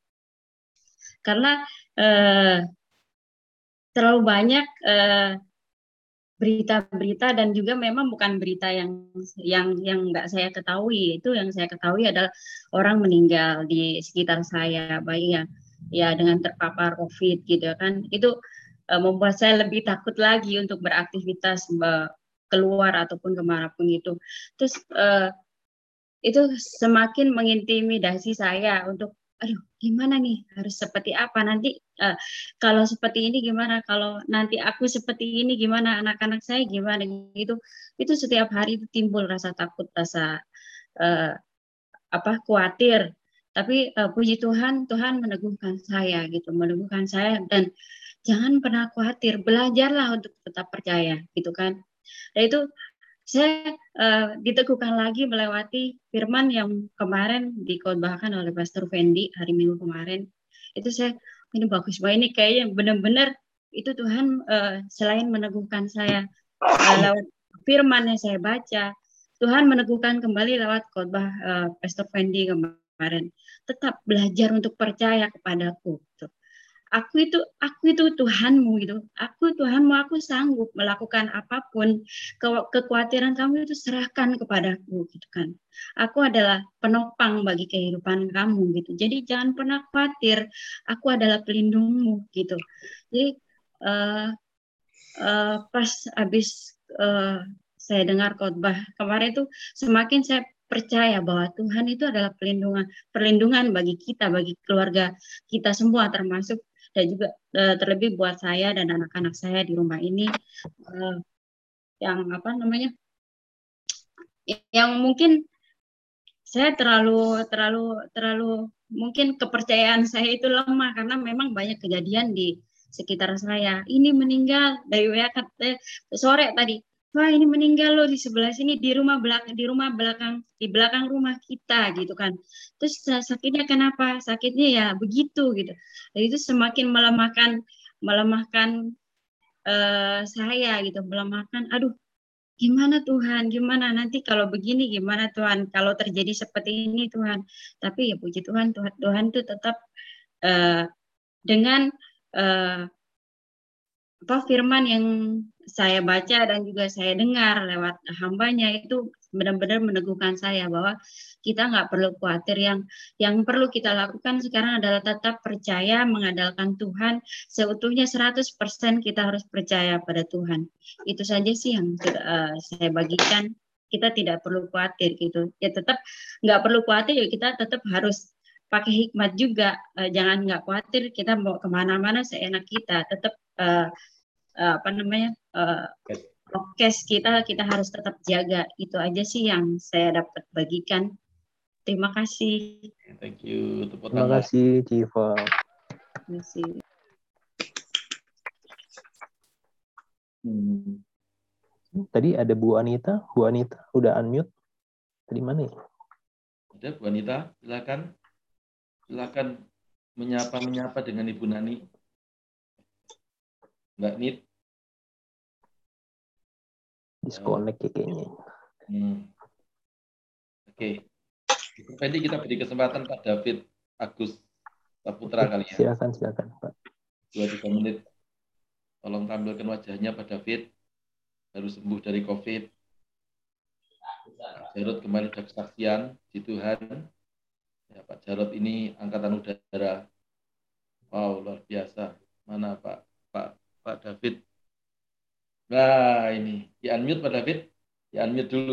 karena uh, terlalu banyak berita-berita uh, dan juga memang bukan berita yang yang yang nggak saya ketahui. Itu yang saya ketahui adalah orang meninggal di sekitar saya, baik ya ya dengan terpapar COVID gitu kan. Itu uh, membuat saya lebih takut lagi untuk beraktivitas uh, keluar ataupun kemanapun itu. Terus uh, itu semakin mengintimidasi saya untuk, aduh, gimana nih, harus seperti apa nanti, uh, kalau seperti ini gimana, kalau nanti aku seperti ini gimana, anak-anak saya gimana gitu. Itu setiap hari itu timbul rasa takut, rasa uh, apa khawatir. Tapi uh, puji Tuhan, Tuhan meneguhkan saya gitu, meneguhkan saya dan jangan pernah khawatir, belajarlah untuk tetap percaya gitu kan. Dan itu saya uh, diteguhkan lagi melewati firman yang kemarin dikhotbahkan oleh Pastor Fendi hari Minggu kemarin. Itu saya, ini bagus banget, ini kayaknya benar-benar itu Tuhan uh, selain meneguhkan saya uh, lewat firman yang saya baca, Tuhan meneguhkan kembali lewat khotbah uh, Pastor Fendi kemarin. Tetap belajar untuk percaya kepadaku. Gitu. aku itu aku itu Tuhanmu gitu. Aku Tuhanmu, aku sanggup melakukan apapun. Ke kekhawatiran kamu itu serahkan kepadaku gitu kan. Aku adalah penopang bagi kehidupan kamu gitu. Jadi jangan pernah khawatir. Aku adalah pelindungmu gitu. Jadi uh, uh, pas habis uh, saya dengar khotbah kemarin itu semakin saya percaya bahwa Tuhan itu adalah perlindungan perlindungan bagi kita, bagi keluarga kita semua, termasuk dan juga uh, terlebih buat saya dan anak-anak saya di rumah ini uh, yang apa namanya, yang mungkin saya terlalu terlalu terlalu mungkin kepercayaan saya itu lemah karena memang banyak kejadian di sekitar saya. Ini meninggal dari W A eh, sore tadi. Wah, ini meninggal loh di sebelah sini, di rumah belakang di rumah belakang di belakang rumah kita gitu kan. Terus sakitnya kenapa? Sakitnya ya begitu gitu. Dan itu semakin melemahkan melemahkan uh, saya gitu, melemahkan aduh gimana Tuhan, gimana nanti kalau begini gimana Tuhan, kalau terjadi seperti ini Tuhan. Tapi ya puji Tuhan, Tuhan Tuhan itu tetap uh, dengan uh, apa firman yang saya baca dan juga saya dengar lewat hambanya itu benar-benar meneguhkan saya bahwa kita nggak perlu khawatir, yang yang perlu kita lakukan sekarang adalah tetap percaya, mengandalkan Tuhan seutuhnya seratus persen. Kita harus percaya pada Tuhan. Itu saja sih yang uh, saya bagikan. Kita tidak perlu khawatir gitu. Ya tetap nggak perlu khawatir, ya kita tetap harus pakai hikmat juga. Uh, jangan nggak khawatir, kita mau kemana-mana seenak kita. Tetap uh, uh, apa namanya uh, prokes kita kita harus tetap jaga. Itu aja sih yang saya dapat bagikan. Terima kasih. Thank you. Terima kasih, Civa. Terima kasih. Hmm. Tadi ada Bu Anita. Bu Anita udah unmute. Tadi mana ya? Ada Bu Anita, silakan. Silakan menyapa-menyapa dengan Ibu Nani. Mbak Nit. Disconnect ya kayaknya. Hmm. Oke. Okay. Nanti kita beri kesempatan Pak David Agus Saputra kali ya. Silakan, silakan Pak. Dua tiga menit. Tolong tampilkan wajahnya Pak David. Baru sembuh dari COVID. Pak Jarod kemarin sudah kesaksian di Tuhan. Ya, Pak Jarod ini angkatan udara. Wow, luar biasa. Mana Pak Pak Pak David? Nah, ini di unmute Pak David. Di unmute dulu.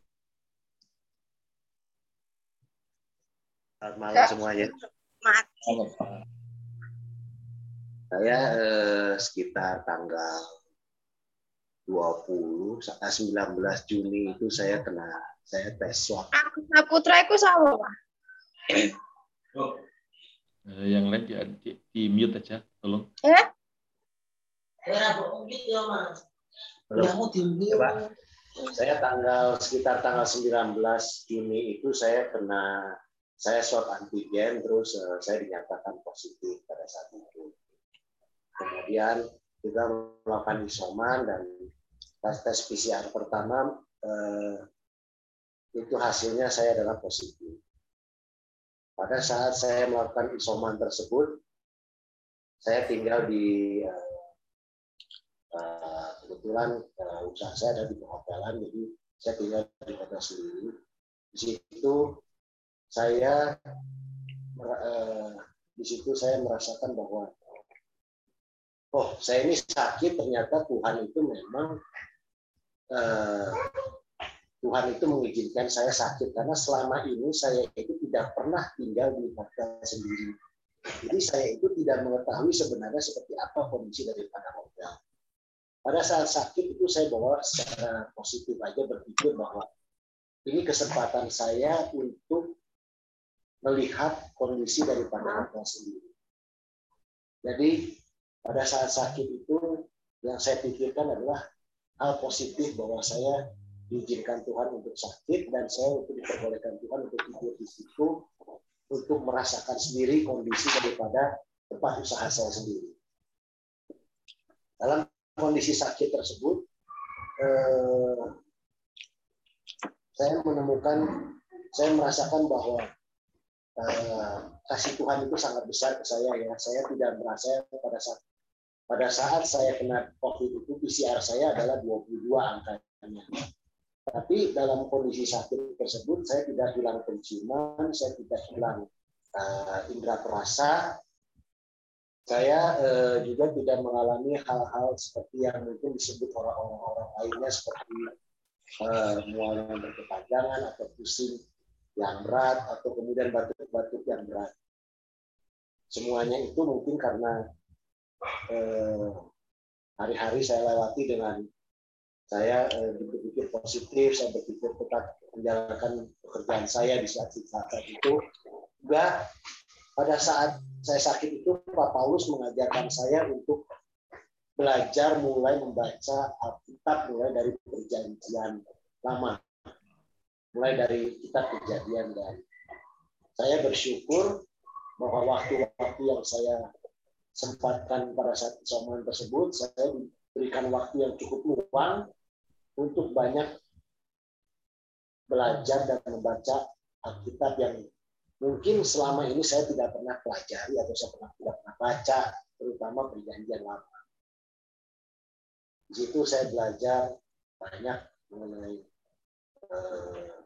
Selamat malam semuanya. Malam. Saya eh, sekitar tanggal dua puluh sampai sembilan belas Juni itu saya kena saya tes swab. Nah, putra itu sama, Pak. Oh. Eh, yang lain di, di, di mute aja, tolong. Eh? Pak, saya tanggal sekitar tanggal sembilan belas Juni itu saya kena saya swab antigen, terus uh, saya dinyatakan positif pada saat itu. Kemudian kita melakukan isoman dan tes tes P C R pertama uh, itu hasilnya saya adalah positif. Pada saat saya melakukan isoman tersebut, saya tinggal di uh, uh, kebetulan uh, usaha saya ada di perhotelan, jadi saya tinggal di hotel sendiri. Di situ saya uh, di situ saya merasakan bahwa oh, saya ini sakit, ternyata Tuhan itu memang uh, Tuhan itu mengizinkan saya sakit karena selama ini saya itu tidak pernah tinggal di hotel sendiri. Jadi saya itu tidak mengetahui sebenarnya seperti apa kondisi daripada hotel. Pada saat sakit itu saya bawa secara positif aja berpikir bahwa ini kesempatan saya untuk melihat kondisi daripada hotel sendiri. Jadi pada saat sakit itu yang saya pikirkan adalah hal positif bahwa saya diizinkan Tuhan untuk sakit dan saya untuk diperbolehkan Tuhan untuk tidur di situ untuk merasakan sendiri kondisi daripada tempat usaha saya sendiri. Dalam kondisi sakit tersebut, eh, saya menemukan, saya merasakan bahwa eh, kasih Tuhan itu sangat besar ke saya ya. Saya tidak merasa pada saat pada saat saya kena COVID itu P C R saya adalah dua puluh dua angkanya. Tapi dalam kondisi sakit tersebut saya tidak hilang penciuman, saya tidak hilang uh, indera perasa. Saya uh, juga tidak mengalami hal-hal seperti yang mungkin disebut orang-orang lainnya seperti uh, mual yang berkepanjangan atau pusing yang berat atau kemudian batuk-batuk yang berat. Semuanya itu mungkin karena uh, hari-hari saya lewati dengan saya uh, berpikir positif, saya berpikir tetap menjalankan pekerjaan saya di saat-saat itu. Juga pada saat saya sakit itu, Pak Paulus mengajarkan saya untuk belajar mulai membaca Alkitab mulai dari Perjanjian Lama, mulai dari kitab Kejadian. Dan saya bersyukur bahwa waktu-waktu yang saya sempatkan pada saat isoman tersebut, saya diberikan waktu yang cukup luang untuk banyak belajar dan membaca Alkitab yang mungkin selama ini saya tidak pernah pelajari atau saya pernah tidak pernah baca, terutama Perjanjian Lama. Di situ saya belajar banyak mengenai uh,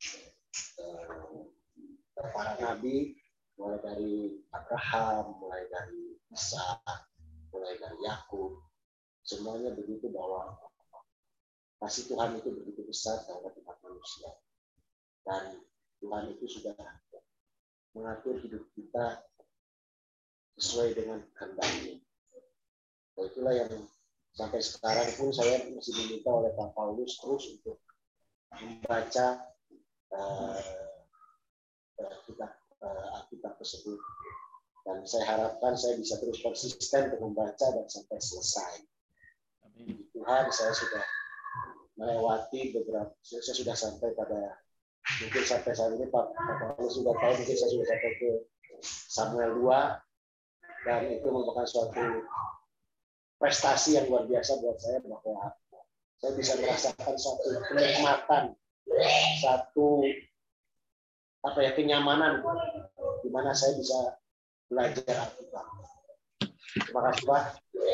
uh, para nabi, mulai dari Abraham, mulai dari Isa, mulai dari Yakub. Semuanya begitu bahwa kasih Tuhan itu begitu besar terhadap umat manusia. Dan Tuhan itu sudah mengatur hidup kita sesuai dengan kehendak-Nya. Nah, itulah yang sampai sekarang pun saya masih diminta oleh Pak Paulus terus untuk membaca uh, Alkitab uh, Alkitab tersebut. Dan saya harapkan saya bisa terus konsisten untuk membaca dan sampai selesai. Amin. Tuhan, saya sudah melewati beberapa, saya sudah sampai pada mungkin sampai saat ini Pak Paulus sudah tahu, mungkin saya sudah sampai ke Samuel dua, dan itu merupakan suatu prestasi yang luar biasa buat saya bahwa saya bisa merasakan suatu kenikmatan, satu apa ya kenyamanan di mana saya bisa belajar Alkitab. Terima kasih Pak.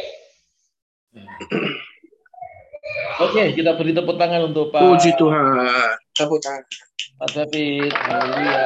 Oke, kita beri tepuk tangan untuk Pak. Puji Tuhan. Tepuk tangan. Pak David, haleluya.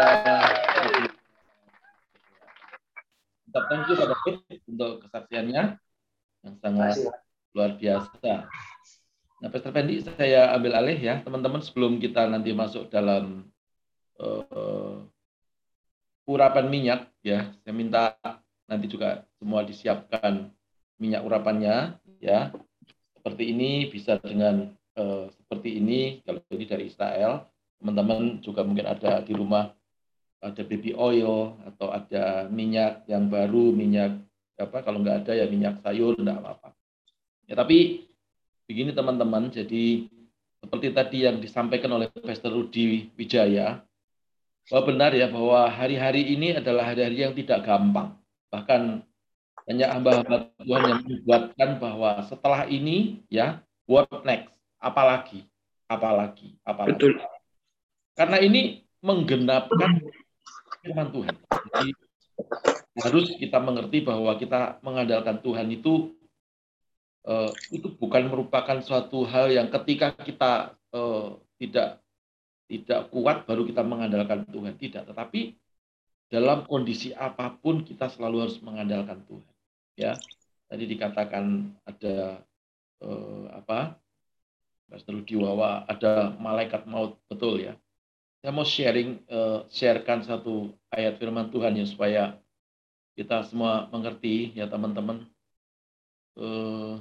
Tetap thank you Pak David untuk kesaksiannya yang sangat luar biasa. Nah, Pastor Fendi, saya ambil alih ya, teman-teman, sebelum kita nanti masuk dalam uh, urapan minyak, ya, saya minta nanti juga semua disiapkan minyak urapannya, ya, seperti ini, bisa dengan uh, seperti ini, kalau ini dari Israel. Teman-teman juga mungkin ada di rumah ada baby oil atau ada minyak yang baru, minyak apa kalau nggak ada ya minyak sayur, enggak apa-apa. Ya tapi begini teman-teman, jadi seperti tadi yang disampaikan oleh Pastor Rudi Wijaya, bahwa benar ya bahwa hari-hari ini adalah hari-hari yang tidak gampang. Bahkan banyak hamba-hamba Tuhan yang membuatkan bahwa setelah ini ya what next, apalagi, apalagi, apalagi. Betul. Karena ini menggenapkan firman Tuhan. Jadi harus kita mengerti bahwa kita mengandalkan Tuhan itu uh, itu bukan merupakan suatu hal yang ketika kita uh, tidak tidak kuat baru kita mengandalkan Tuhan, tidak. Tetapi dalam kondisi apapun kita selalu harus mengandalkan Tuhan. Ya, tadi dikatakan ada uh, apa? Pastor Diwawa ada malaikat maut, betul ya. Saya mau sharing, uh, sharekan satu ayat firman Tuhan ya supaya kita semua mengerti ya teman-teman. Uh,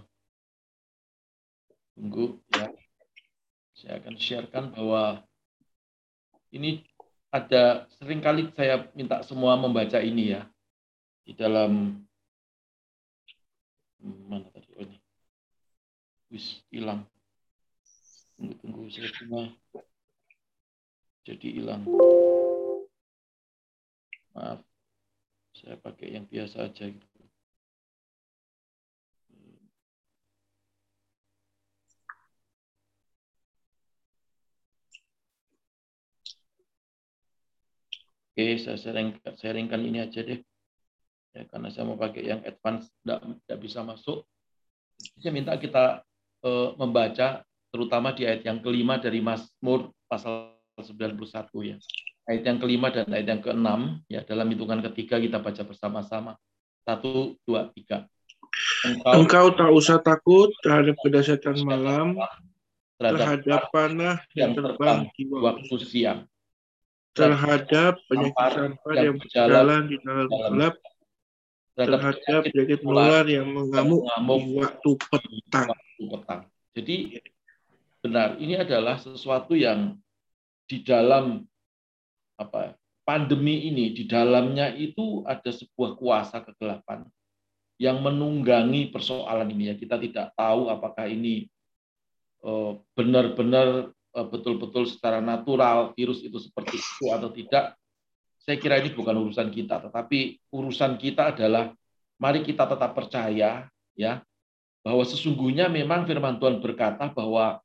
tunggu ya. Saya akan sharekan bahwa ini ada seringkali saya minta semua membaca ini ya di dalam mana tadi oh ini wis hilang. Tunggu tunggu saya cuma jadi hilang. Maaf, saya pakai yang biasa aja gitu. Oke, saya sharing, sharingkan ini aja deh. Ya, karena saya mau pakai yang advance, tidak bisa masuk. Saya minta kita eh, membaca, terutama di ayat yang kelima dari Mazmur pasal sembilan puluh satu ya. Ayat yang kelima dan ayat yang keenam ya, dalam hitungan ketiga kita baca bersama-sama. Satu, dua, tiga. Engkau, Engkau tak usah takut terhadap kedahsyatan malam, terhadap, terhadap panah yang terbang di waktu siang, terhadap penyakit sampar yang berjalan di dalam gelap, terhadap penyakit menular yang mengamuk di waktu petang. petang. Jadi benar, ini adalah sesuatu yang di dalam apa pandemi ini, di dalamnya itu ada sebuah kuasa kegelapan yang menunggangi persoalan ini ya. Kita tidak tahu apakah ini benar-benar betul-betul secara natural virus itu seperti itu atau tidak. Saya kira ini bukan urusan kita, tetapi urusan kita adalah mari kita tetap percaya ya bahwa sesungguhnya memang firman Tuhan berkata bahwa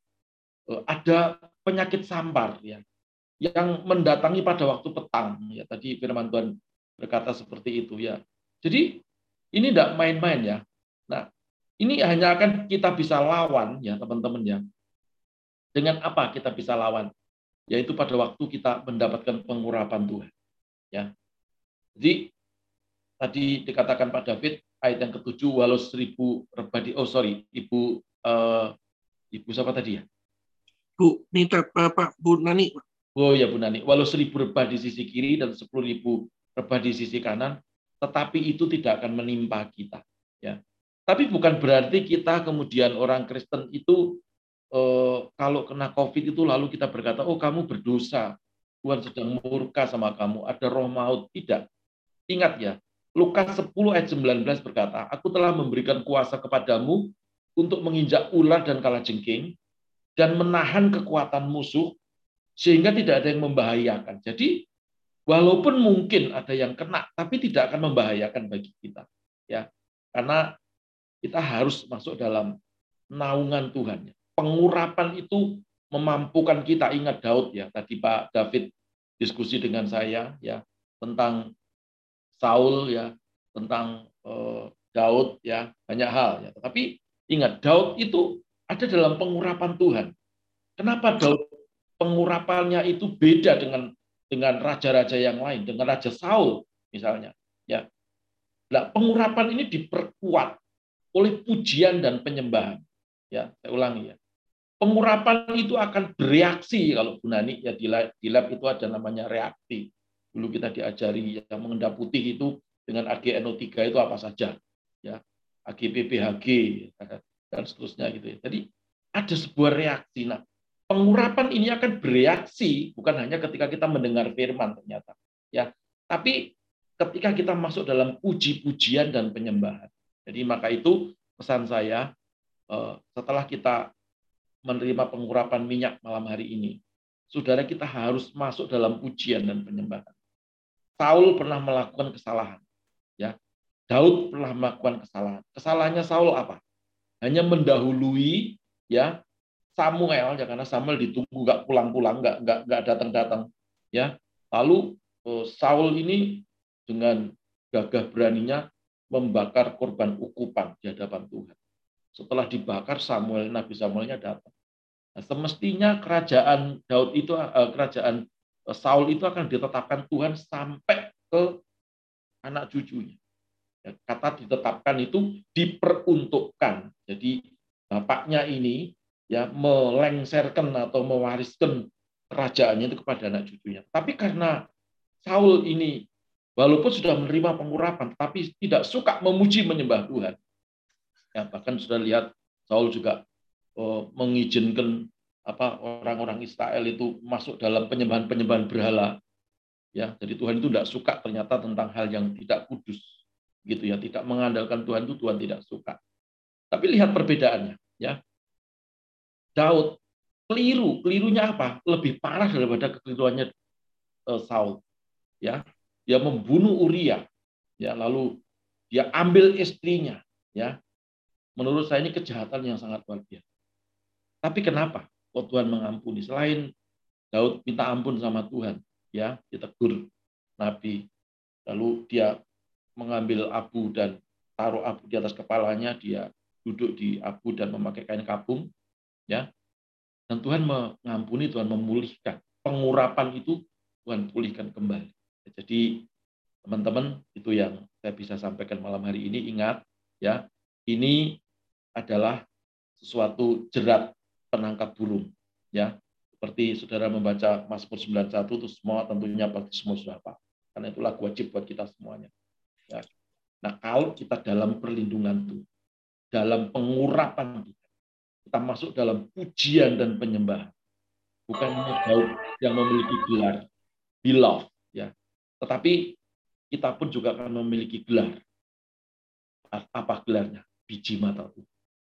ada penyakit sampar ya yang mendatangi pada waktu petang ya. Tadi firman Tuhan berkata seperti itu ya. Jadi ini tidak main-main ya. Nah, ini hanya akan kita bisa lawan ya teman-teman ya. Dengan apa kita bisa lawan? Yaitu pada waktu kita mendapatkan pengurapan Tuhan. Ya. Jadi tadi dikatakan Pak David ayat yang ketujuh, walau seribu rebah di, oh sorry, Ibu uh, Ibu siapa tadi ya? Bu Nita, Pak Bu Nani. Oh ya Bu Nani, walau seribu rebah di sisi kiri dan sepuluh ribu rebah di sisi kanan, tetapi itu tidak akan menimpa kita. Ya. Tapi bukan berarti kita kemudian orang Kristen itu eh, kalau kena COVID itu lalu kita berkata, oh kamu berdosa, Tuhan sedang murka sama kamu, ada roh maut. Tidak. Ingat ya, Lukas sepuluh ayat sembilan belas berkata, aku telah memberikan kuasa kepadamu untuk menginjak ular dan kalajengking dan menahan kekuatan musuh sehingga tidak ada yang membahayakan. Jadi walaupun mungkin ada yang kena, tapi tidak akan membahayakan bagi kita, ya, karena kita harus masuk dalam naungan Tuhan. Pengurapan itu memampukan kita. Ingat Daud ya, tadi Pak David diskusi dengan saya ya tentang Saul ya, tentang eh, Daud ya, banyak hal ya. Tetapi ingat Daud itu ada dalam pengurapan Tuhan. Kenapa Daud pengurapannya itu beda dengan dengan raja-raja yang lain, dengan Raja Saul misalnya, ya. Nah, pengurapan ini diperkuat oleh pujian dan penyembahan. Ya, saya ulangi ya. Pengurapan itu akan bereaksi kalau Bu Nani ya di lab, di lab itu ada namanya reaksi. Dulu kita diajari yang mengendap putih itu dengan A G N O tiga itu apa saja, ya, A G P P H G dan seterusnya gitu ya. Jadi ada sebuah reaksi. Nah, pengurapan ini akan bereaksi bukan hanya ketika kita mendengar firman ternyata, ya, tapi ketika kita masuk dalam puji-pujian dan penyembahan. Jadi maka itu pesan saya setelah kita menerima pengurapan minyak malam hari ini, saudara kita harus masuk dalam pujian dan penyembahan. Saul pernah melakukan kesalahan, ya. Daud pernah melakukan kesalahan. Kesalahannya Saul apa? Hanya mendahului, ya, Samuel, ya, karena Samuel ditunggu nggak pulang-pulang, nggak nggak nggak datang-datang, ya. Lalu Saul ini dengan gagah beraninya membakar korban ukupan di hadapan Tuhan. Setelah dibakar, Samuel, Nabi Samuelnya datang. Nah, semestinya kerajaan Daud itu, kerajaan Saul itu akan ditetapkan Tuhan sampai ke anak cucunya. Kata ditetapkan itu diperuntukkan. Jadi bapaknya ini ya melengserkan atau mewariskan kerajaannya itu kepada anak cucunya. Tapi karena Saul ini walaupun sudah menerima pengurapan, tapi tidak suka memuji menyembah Tuhan. Ya, bahkan sudah lihat Saul juga oh, mengizinkan apa orang-orang Israel itu masuk dalam penyembahan-penyembahan berhala. Ya, jadi Tuhan itu tidak suka ternyata tentang hal yang tidak kudus, gitu ya, tidak mengandalkan Tuhan itu Tuhan tidak suka. Tapi lihat perbedaannya, ya. Daud keliru, kelirunya apa? Lebih parah daripada kekeliruannya uh, Saul. Ya, dia membunuh Uria, ya, lalu dia ambil istrinya, ya. Menurut saya ini kejahatan yang sangat luar biasa. Tapi kenapa kok Tuhan mengampuni? Selain Daud minta ampun sama Tuhan, ya, ditegur nabi. Lalu dia mengambil abu dan taruh abu di atas kepalanya, dia duduk di abu dan memakai kain kapung, ya. Dan Tuhan mengampuni, Tuhan memulihkan. Pengurapan itu Tuhan pulihkan kembali. Jadi teman-teman, itu yang saya bisa sampaikan malam hari ini. Ingat, ya, ini adalah sesuatu jerat penangkap burung, ya. Seperti saudara membaca Mazmur sembilan puluh satu, itu semua tentunya baptismus sudah apa. Karena itu lagu wajib buat kita semuanya. Ya. Nah, kalau kita dalam perlindungan Tuhan, dalam pengurapan Tuhan, kita masuk dalam pujian dan penyembahan. Bukan hanya Daud yang memiliki gelar, beloved, ya. Tetapi kita pun juga akan memiliki gelar. Apa gelarnya? Biji mata Tuhan.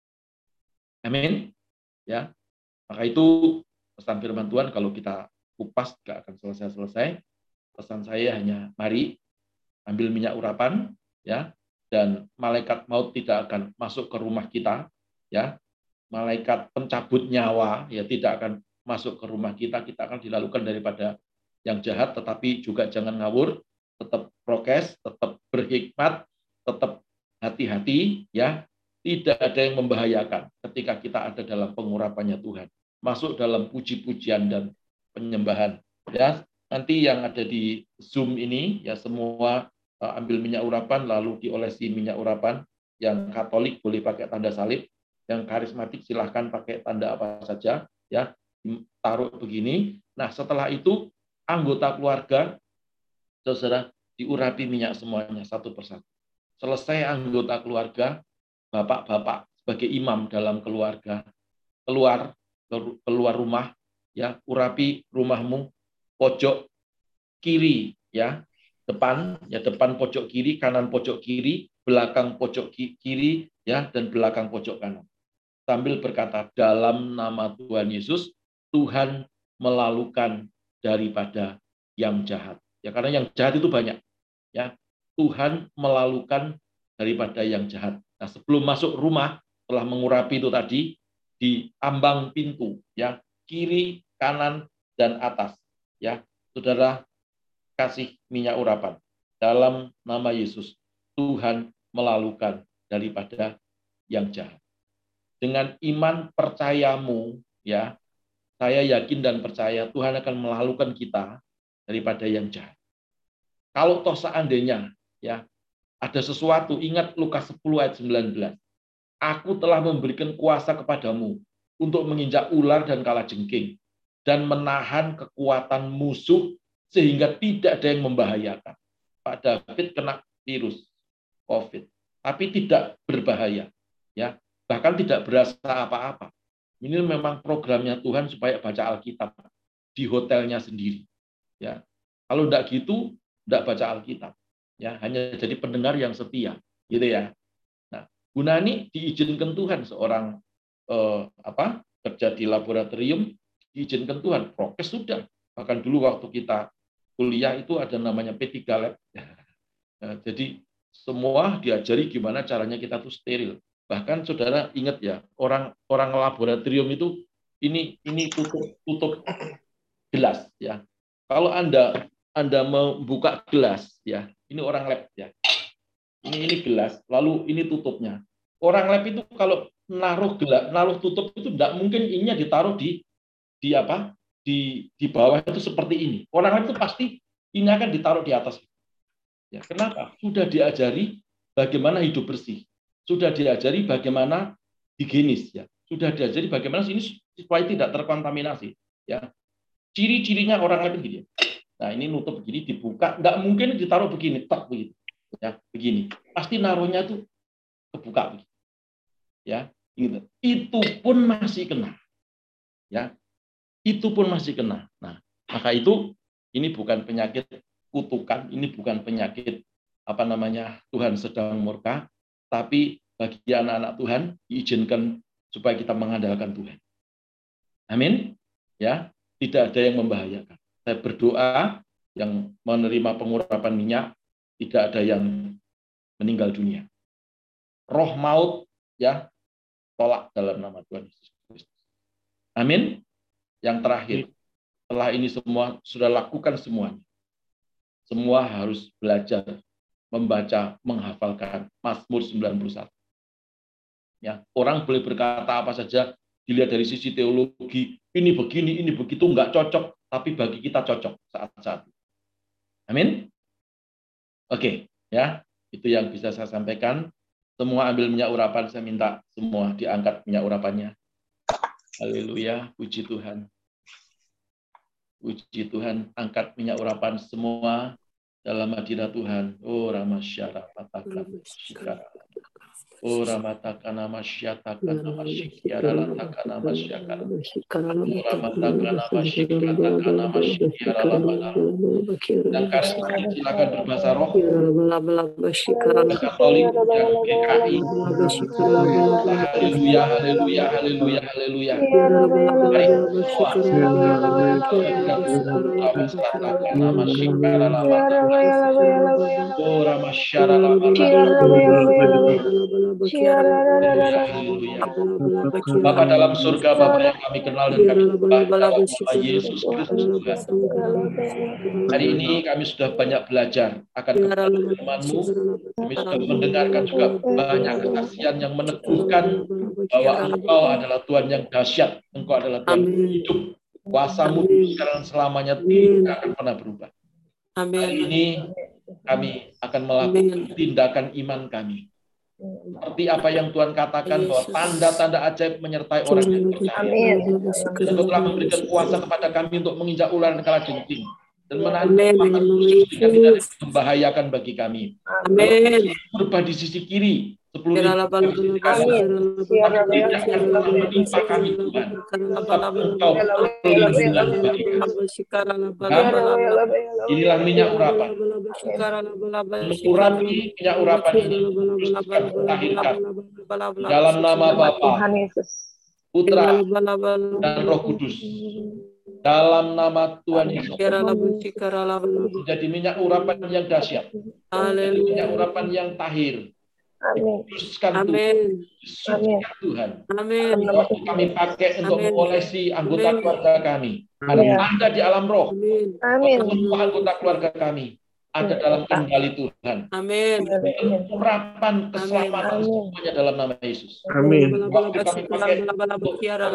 Amin. Ya. Maka itu pesan firman Tuhan kalau kita kupas tidak akan selesai-selesai. Pesan saya hanya mari ambil minyak urapan, ya, dan malaikat maut tidak akan masuk ke rumah kita, ya. Malaikat pencabut nyawa ya tidak akan masuk ke rumah kita, kita akan dilalukan daripada yang jahat, tetapi juga jangan ngawur, tetap prokes, tetap berhikmat, tetap hati-hati, ya. Tidak ada yang membahayakan ketika kita ada dalam pengurapannya Tuhan. Masuk dalam puji-pujian dan penyembahan, ya. Nanti yang ada di Zoom ini ya semua uh, ambil minyak urapan lalu diolesi minyak urapan. Yang Katolik boleh pakai tanda salib, yang karismatik silahkan pakai tanda apa saja, ya, taruh begini. Nah, setelah itu anggota keluarga saudara diurapi minyak semuanya satu persatu. Selesai anggota keluarga, bapak-bapak sebagai imam dalam keluarga keluar keluar rumah, ya, urapi rumahmu. Pojok kiri, ya, depan, ya, depan pojok kiri, kanan pojok kiri, belakang pojok kiri, ya, dan belakang pojok kanan. Sambil berkata, dalam nama Tuhan Yesus, Tuhan melalukan daripada yang jahat. Ya, karena yang jahat itu banyak. Ya, Tuhan melalukan daripada yang jahat. Nah, sebelum masuk rumah, telah mengurapi itu tadi di ambang pintu, ya, kiri, kanan, dan atas. Ya, saudara kasih minyak urapan dalam nama Yesus. Tuhan melalukan daripada yang jahat. Dengan iman percayamu, ya, saya yakin dan percaya Tuhan akan melalukan kita daripada yang jahat. Kalau toh seandainya, ya, ada sesuatu, ingat Lukas sepuluh ayat sembilan belas. Aku telah memberikan kuasa kepadamu untuk menginjak ular dan kalajengking dan menahan kekuatan musuh sehingga tidak ada yang membahayakan. Pak David kena virus COVID, tapi tidak berbahaya, ya, bahkan tidak berasa apa-apa. Ini memang programnya Tuhan supaya baca Alkitab di hotelnya sendiri, ya. Kalau tidak gitu, tidak baca Alkitab, ya, hanya jadi pendengar yang setia, gitu ya. Nah, Gunani diizinkan Tuhan seorang eh, apa kerja di laboratorium, diizinkan Tuhan, prokes sudah. Bahkan dulu waktu kita kuliah itu ada namanya P tiga lab. Nah, jadi semua diajari gimana caranya kita tuh steril. Bahkan saudara ingat ya, orang orang laboratorium itu ini ini tutup tutup gelas, ya. Kalau Anda Anda membuka gelas, ya, ini orang lab, ya. Ini ini gelas, lalu ini tutupnya. Orang lab itu kalau naruh gelas, naruh tutup itu tidak mungkin ininya ditaruh di di apa? di di bawah itu seperti ini. Orang lab itu pasti ini akan ditaruh di atas. Ya, kenapa? Sudah diajari bagaimana hidup bersih. Sudah diajari bagaimana higienis, ya. Sudah diajari bagaimana ini supaya tidak terkontaminasi, ya. Ciri-cirinya orang lab begini. Nah, ini nutup begini dibuka, nggak mungkin ditaruh begini, tak begitu. Ya, begini. Pasti naruhnya tuh kebuka begitu. Ya, gitu. Itu pun masih kena. Ya. Itu pun masih kena. Nah, maka itu ini bukan penyakit kutukan, ini bukan penyakit apa namanya Tuhan sedang murka, tapi bagi anak-anak Tuhan diizinkan supaya kita mengandalkan Tuhan. Amin. Ya, tidak ada yang membahayakan. Saya berdoa yang menerima pengurapan minyak tidak ada yang meninggal dunia. Roh maut, ya, tolak dalam nama Tuhan Yesus Kristus. Amin. Yang terakhir, setelah ini semua sudah lakukan semuanya. semua harus belajar membaca, menghafalkan Mazmur sembilan puluh satu. Ya, orang boleh berkata apa saja, dilihat dari sisi teologi, ini begini, ini begitu, nggak cocok, tapi bagi kita cocok saat-saat. Amin. Oke, ya, itu yang bisa saya sampaikan. Semua ambil minyak urapan, saya minta semua diangkat minyak urapannya. Haleluya, puji Tuhan. Puji Tuhan, angkat minyak urapan semua dalam hadirat Tuhan. Oh, Ramasyara, Pataka, Shikara. Oh, Ramatakana Masyatakana Masyikiara, Latakana Masyakara. Oh, Ramatakana Masyikiara, Masyikiara, Lamana. Dan kalian silakan berbahasa roh. Katolik, yang G K I. Haleluya, haleluya, haleluya, haleluya. Mari Oh, Ramasyara, Bapa dalam surga, Bapa yang kami kenal dan kami sembah dalam nama Yesus Kristus Tuhan. Hari ini kami sudah banyak belajar akan kebenaran firman-Mu. Kami sudah mendengarkan juga banyak kesaksian yang meneguhkan bahwa Engkau adalah Tuhan yang dahsyat, Engkau adalah Tuhan yang hidup, kuasa-Mu sekarang selamanya tidak akan pernah berubah. Hari ini kami akan melakukan tindakan iman kami. Seperti apa yang Tuhan katakan bahwa tanda-tanda ajaib menyertai orang yang percaya. Dan Engkau telah memberikan kuasa kepada kami untuk menginjak ular dan kalajengking dan menahan kekuatan musuh sehingga tidak membahayakan bagi kami. Amin. Berubah di sisi kiri, sepuluh ribu di sisi kanan. Tapi tidak akan pernah menimpa kami Tuhan. Tetap Engkau perlindungan bagi kami. Inilah minyak urapan. Mengurapi minyak urapan ini terus akan melahirkan dalam nama Bapa, Putra, dan Roh Kudus. Dalam nama Tuhan Yesus, menjadi minyak urapan yang dahsyat, menjadi minyak urapan yang tahir, dikuduskan Tuhan, disucikan Tuhan. Waktu kami pakai untuk mengolesi anggota keluarga kami, ada tanda di alam roh, semua anggota keluarga kami ada dalam kendali Tuhan. Amin. Urapan keselamatan semuanya dalam nama Yesus. Amin. Waktu kami pakai untuk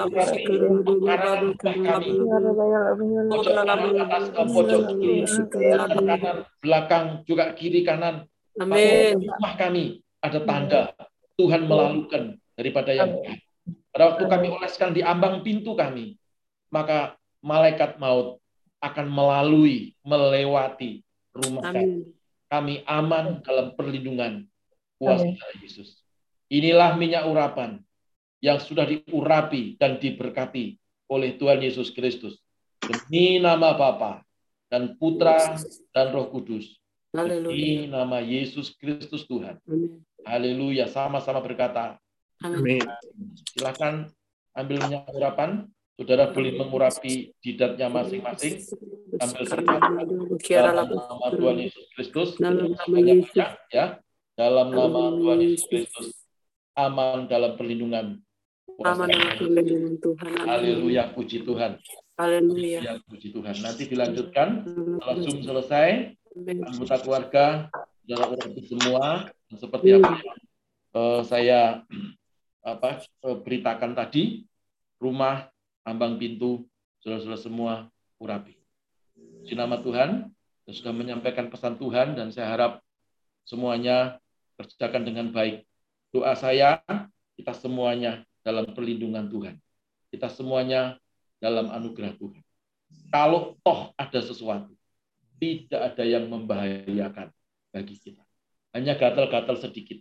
kanan kami, pojok kanan atas ke pojok kiri, kanan belakang juga kiri kanan. Amin. Rumah kami ada tanda Tuhan melalukan daripada yang baik. Pada waktu kami oleskan di ambang pintu kami, maka malaikat maut akan melalui, melewati rumah kami. Kami aman dalam perlindungan kuasa Yesus. Inilah minyak urapan yang sudah diurapi dan diberkati oleh Tuhan Yesus Kristus. Demi nama Bapa dan Putra dan Roh Kudus. Demi nama Yesus Kristus Tuhan. Haleluya. Sama-sama berkata. Amin. Silakan ambil minyak urapan. Saudara boleh mengurapi jidatnya masing-masing. Ambil serta dalam nama Tuhan Yesus Kristus. Banyak-banyak ya. Dalam nama Tuhan Yesus Kristus. Aman dalam perlindungan. Aman dalam perlindungan Tuhan. Haleluya, puji Tuhan. Haleluya, puji Tuhan. Nanti dilanjutkan. Setelah Zoom selesai, anggota keluarga, saudara orang itu semua, seperti apa yang uh, saya apa uh, beritakan tadi, rumah, ambang pintu, saudara-saudara semua urapi. Di nama Tuhan, saya sudah menyampaikan pesan Tuhan dan saya harap semuanya kerjakan dengan baik. Doa saya, kita semuanya dalam perlindungan Tuhan. Kita semuanya dalam anugerah Tuhan. Kalau toh ada sesuatu, tidak ada yang membahayakan bagi kita. Hanya gatal-gatal sedikit.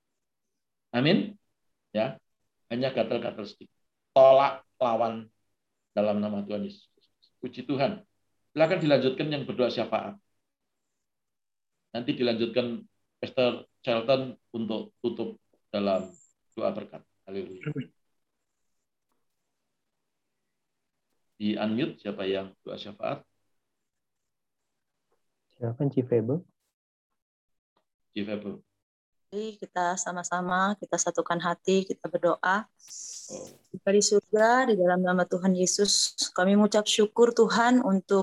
Amin. Ya, hanya gatal-gatal sedikit. Tolak, lawan dalam nama Tuhan Yesus. Puji Tuhan. Silakan dilanjutkan yang berdoa syafaat. Nanti dilanjutkan Pastor Charlton untuk tutup dalam doa berkat. Haleluya. Di unmute siapa yang doa syafaat? Silakan Cifebo. Cifebo. Mari kita sama-sama, kita satukan hati, kita berdoa. Bapa di surga, di dalam nama Tuhan Yesus, kami mengucap syukur Tuhan untuk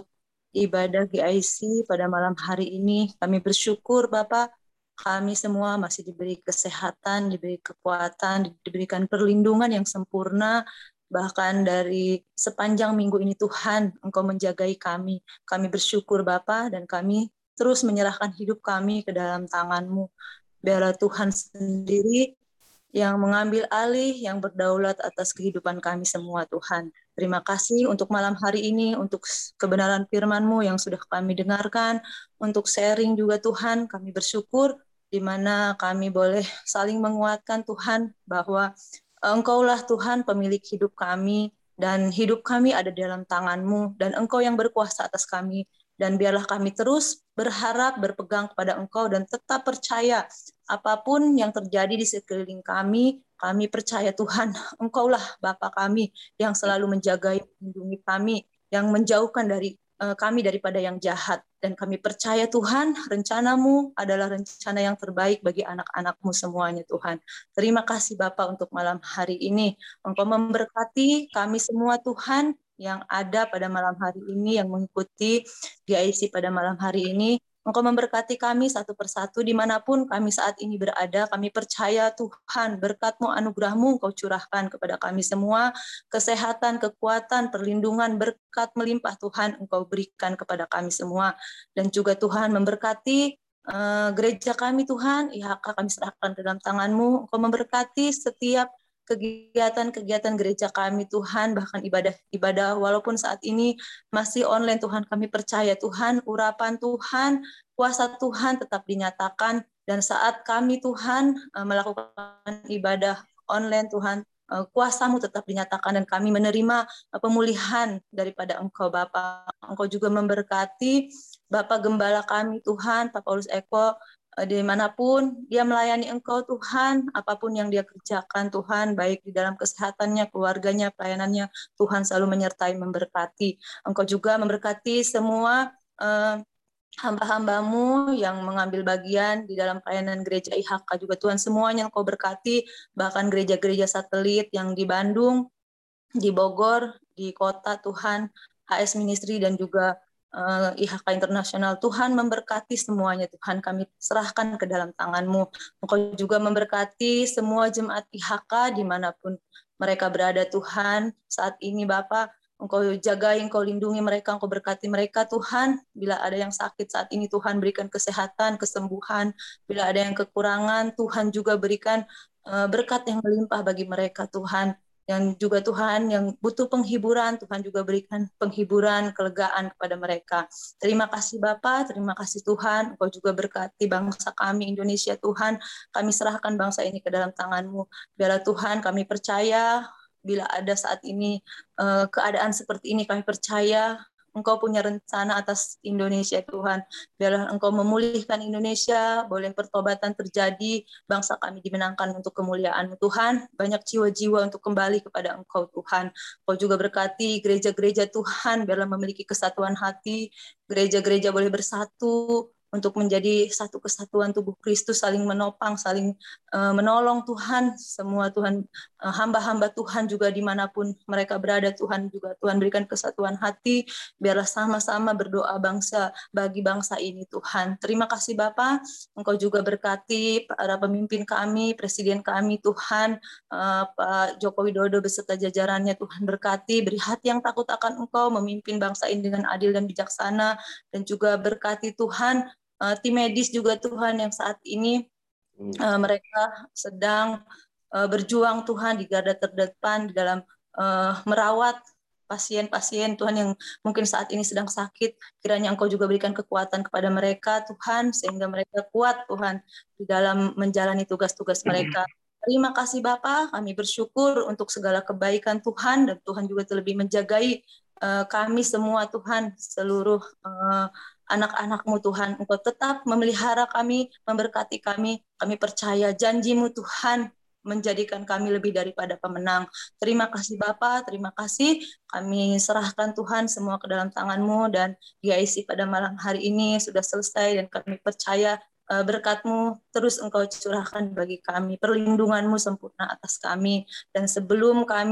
ibadah G I C pada malam hari ini. Kami bersyukur Bapak, kami semua masih diberi kesehatan, diberi kekuatan, diberikan perlindungan yang sempurna, bahkan dari sepanjang minggu ini Tuhan, Engkau menjagai kami. Kami bersyukur Bapa, dan kami terus menyerahkan hidup kami ke dalam tangan-Mu. Biarlah Tuhan sendiri yang mengambil alih, yang berdaulat atas kehidupan kami semua Tuhan. Terima kasih untuk malam hari ini, untuk kebenaran firman-Mu yang sudah kami dengarkan, untuk sharing juga Tuhan, kami bersyukur di mana kami boleh saling menguatkan Tuhan, bahwa Engkaulah Tuhan pemilik hidup kami, dan hidup kami ada dalam tangan-Mu, dan Engkau yang berkuasa atas kami. Dan biarlah kami terus berharap, berpegang kepada Engkau, dan tetap percaya apapun yang terjadi di sekeliling kami, kami percaya Tuhan, Engkaulah Bapa kami yang selalu menjaga, melindungi kami, yang menjauhkan dari uh, kami daripada yang jahat. Dan kami percaya Tuhan, rencana-Mu adalah rencana yang terbaik bagi anak-anak-Mu semuanya Tuhan. Terima kasih Bapak untuk malam hari ini. Engkau memberkati kami semua Tuhan, yang ada pada malam hari ini, yang mengikuti G I C pada malam hari ini. Engkau memberkati kami satu persatu dimanapun kami saat ini berada. Kami percaya Tuhan, berkat-Mu, anugerah-Mu Engkau curahkan kepada kami semua. Kesehatan, kekuatan, perlindungan, berkat melimpah Tuhan Engkau berikan kepada kami semua. Dan juga Tuhan memberkati uh, gereja kami Tuhan, I H K kami serahkan ke dalam tangan-Mu. Engkau memberkati setiap kegiatan-kegiatan gereja kami Tuhan, bahkan ibadah-ibadah walaupun saat ini masih online Tuhan, kami percaya Tuhan, urapan Tuhan, kuasa Tuhan tetap dinyatakan, dan saat kami Tuhan melakukan ibadah online Tuhan, kuasa-Mu tetap dinyatakan, dan kami menerima pemulihan daripada Engkau Bapa. Engkau juga memberkati Bapak Gembala kami Tuhan, Pak Paulus Eko, dimanapun dia melayani Engkau Tuhan, apapun yang dia kerjakan Tuhan, baik di dalam kesehatannya, keluarganya, pelayanannya, Tuhan selalu menyertai, memberkati. Engkau juga memberkati semua uh, hamba-hamba-Mu yang mengambil bagian di dalam pelayanan gereja I H K juga Tuhan, semuanya Engkau berkati, bahkan gereja-gereja satelit yang di Bandung, di Bogor, di kota Tuhan, H S Ministry dan juga Uh, I H K Internasional. Tuhan memberkati semuanya Tuhan, kami serahkan ke dalam tangan-Mu. Engkau juga memberkati semua jemaat I H K dimanapun mereka berada Tuhan saat ini Bapa. Engkau jagai, Engkau lindungi mereka, Engkau berkati mereka Tuhan. Bila ada yang sakit saat ini Tuhan berikan kesehatan, kesembuhan. Bila ada yang kekurangan Tuhan juga berikan uh, berkat yang melimpah bagi mereka Tuhan. Yang juga Tuhan yang butuh penghiburan, Tuhan juga berikan penghiburan, kelegaan kepada mereka. Terima kasih Bapa, terima kasih Tuhan. Engkau juga berkati bangsa kami Indonesia Tuhan. Kami serahkan bangsa ini ke dalam tangan-Mu. Biarlah Tuhan kami percaya, bila ada saat ini uh, keadaan seperti ini, kami percaya Engkau punya rencana atas Indonesia Tuhan. Biarlah Engkau memulihkan Indonesia, boleh pertobatan terjadi, bangsa kami dimenangkan untuk kemuliaan-Mu Tuhan. Banyak jiwa-jiwa untuk kembali kepada Engkau Tuhan. Engkau juga berkati gereja-gereja Tuhan, biarlah memiliki kesatuan hati, gereja-gereja boleh bersatu untuk menjadi satu kesatuan tubuh Kristus, saling menopang, saling uh, menolong Tuhan. Semua Tuhan, uh, hamba-hamba Tuhan juga dimanapun mereka berada Tuhan, juga Tuhan berikan kesatuan hati, biarlah sama-sama berdoa bangsa bagi bangsa ini Tuhan. Terima kasih Bapa, Engkau juga berkati para pemimpin kami, Presiden kami Tuhan, uh, Pak Joko Widodo beserta jajarannya Tuhan berkati, beri hati yang takut akan Engkau, memimpin bangsa ini dengan adil dan bijaksana, dan juga berkati Tuhan, Uh, tim medis juga Tuhan yang saat ini uh, mereka sedang uh, berjuang Tuhan di garda terdepan di dalam uh, merawat pasien-pasien Tuhan yang mungkin saat ini sedang sakit. Kiranya Engkau juga berikan kekuatan kepada mereka Tuhan, sehingga mereka kuat Tuhan di dalam menjalani tugas-tugas mereka. Terima kasih Bapa, kami bersyukur untuk segala kebaikan Tuhan, dan Tuhan juga terlebih menjagai uh, kami semua Tuhan, seluruh uh, anak-anak-Mu Tuhan. Engkau tetap memelihara kami, memberkati kami. Kami percaya janji-Mu Tuhan menjadikan kami lebih daripada pemenang. Terima kasih Bapa, terima kasih. Kami serahkan Tuhan semua ke dalam tangan-Mu, dan G I C pada malam hari ini sudah selesai, dan kami percaya uh, berkat-Mu terus Engkau curahkan bagi kami. Perlindungan-Mu sempurna atas kami. Dan sebelum kami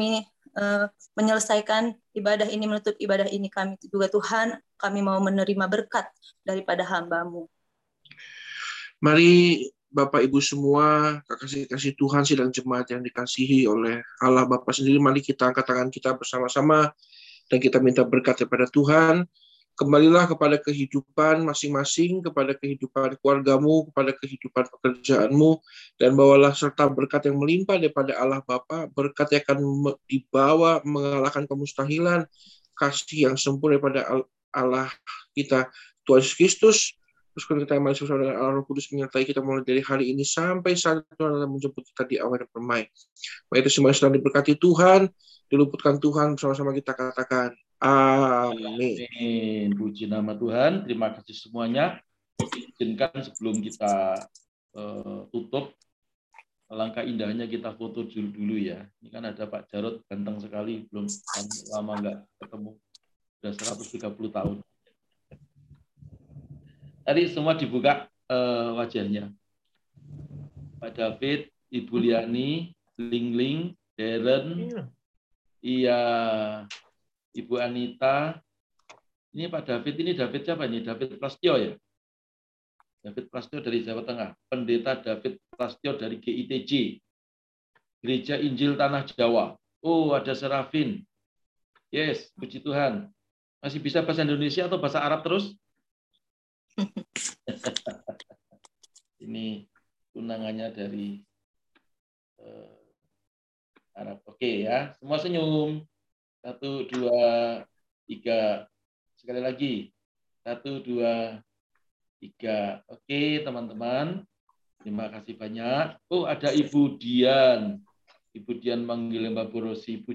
uh, menyelesaikan ibadah ini, menutup ibadah ini. Kami juga Tuhan, kami mau menerima berkat daripada hamba-Mu. Mari Bapak Ibu semua, kasih-kasih Tuhan sidang jemaat yang dikasihi oleh Allah Bapa sendiri, mari kita angkat tangan kita bersama-sama dan kita minta berkat kepada Tuhan. Kembalilah kepada kehidupan masing-masing, kepada kehidupan keluargamu, kepada kehidupan pekerjaanmu, dan bawalah serta berkat yang melimpah daripada Allah Bapa, berkat yang akan dibawa mengalahkan kemustahilan, kasih yang sempurna daripada Allah kita, Tuhan Yesus Kristus. Terus kita yang bersama dengan Allah Roh Kudus menyertai kita mulai dari hari ini sampai saat Tuhan akan menjemput kita di awan yang permai. Mari itu semua sedang diberkati Tuhan, diluputkan Tuhan, bersama-sama kita katakan amin. Amin. Puji nama Tuhan. Terima kasih semuanya. Izinkan sebelum kita uh, tutup, alangkah indahnya kita foto dulu, dulu ya. Ini kan ada Pak Jarod ganteng sekali, belum lama nggak ketemu, sudah seratus tiga puluh tahun. Tadi semua dibuka uh, wajahnya. Pak David, Ibu Liani, Ling Ling, Darren, iya, Ibu Anita. Ini Pak David, ini David siapa ini? David Prastyo ya? David Prastyo dari Jawa Tengah. Pendeta David Prastyo dari G I T J. Gereja Injil Tanah Jawa. Oh, ada Serafin. Yes, puji Tuhan. Masih bisa bahasa Indonesia atau bahasa Arab terus? Ini tunangannya dari uh, Arab. Oke ya, semua senyum. Satu, dua, tiga. Sekali lagi. Satu, dua, tiga. Oke, teman-teman. Terima kasih banyak. Oh, ada Ibu Dian. Ibu Dian manggil Mbak Borosi.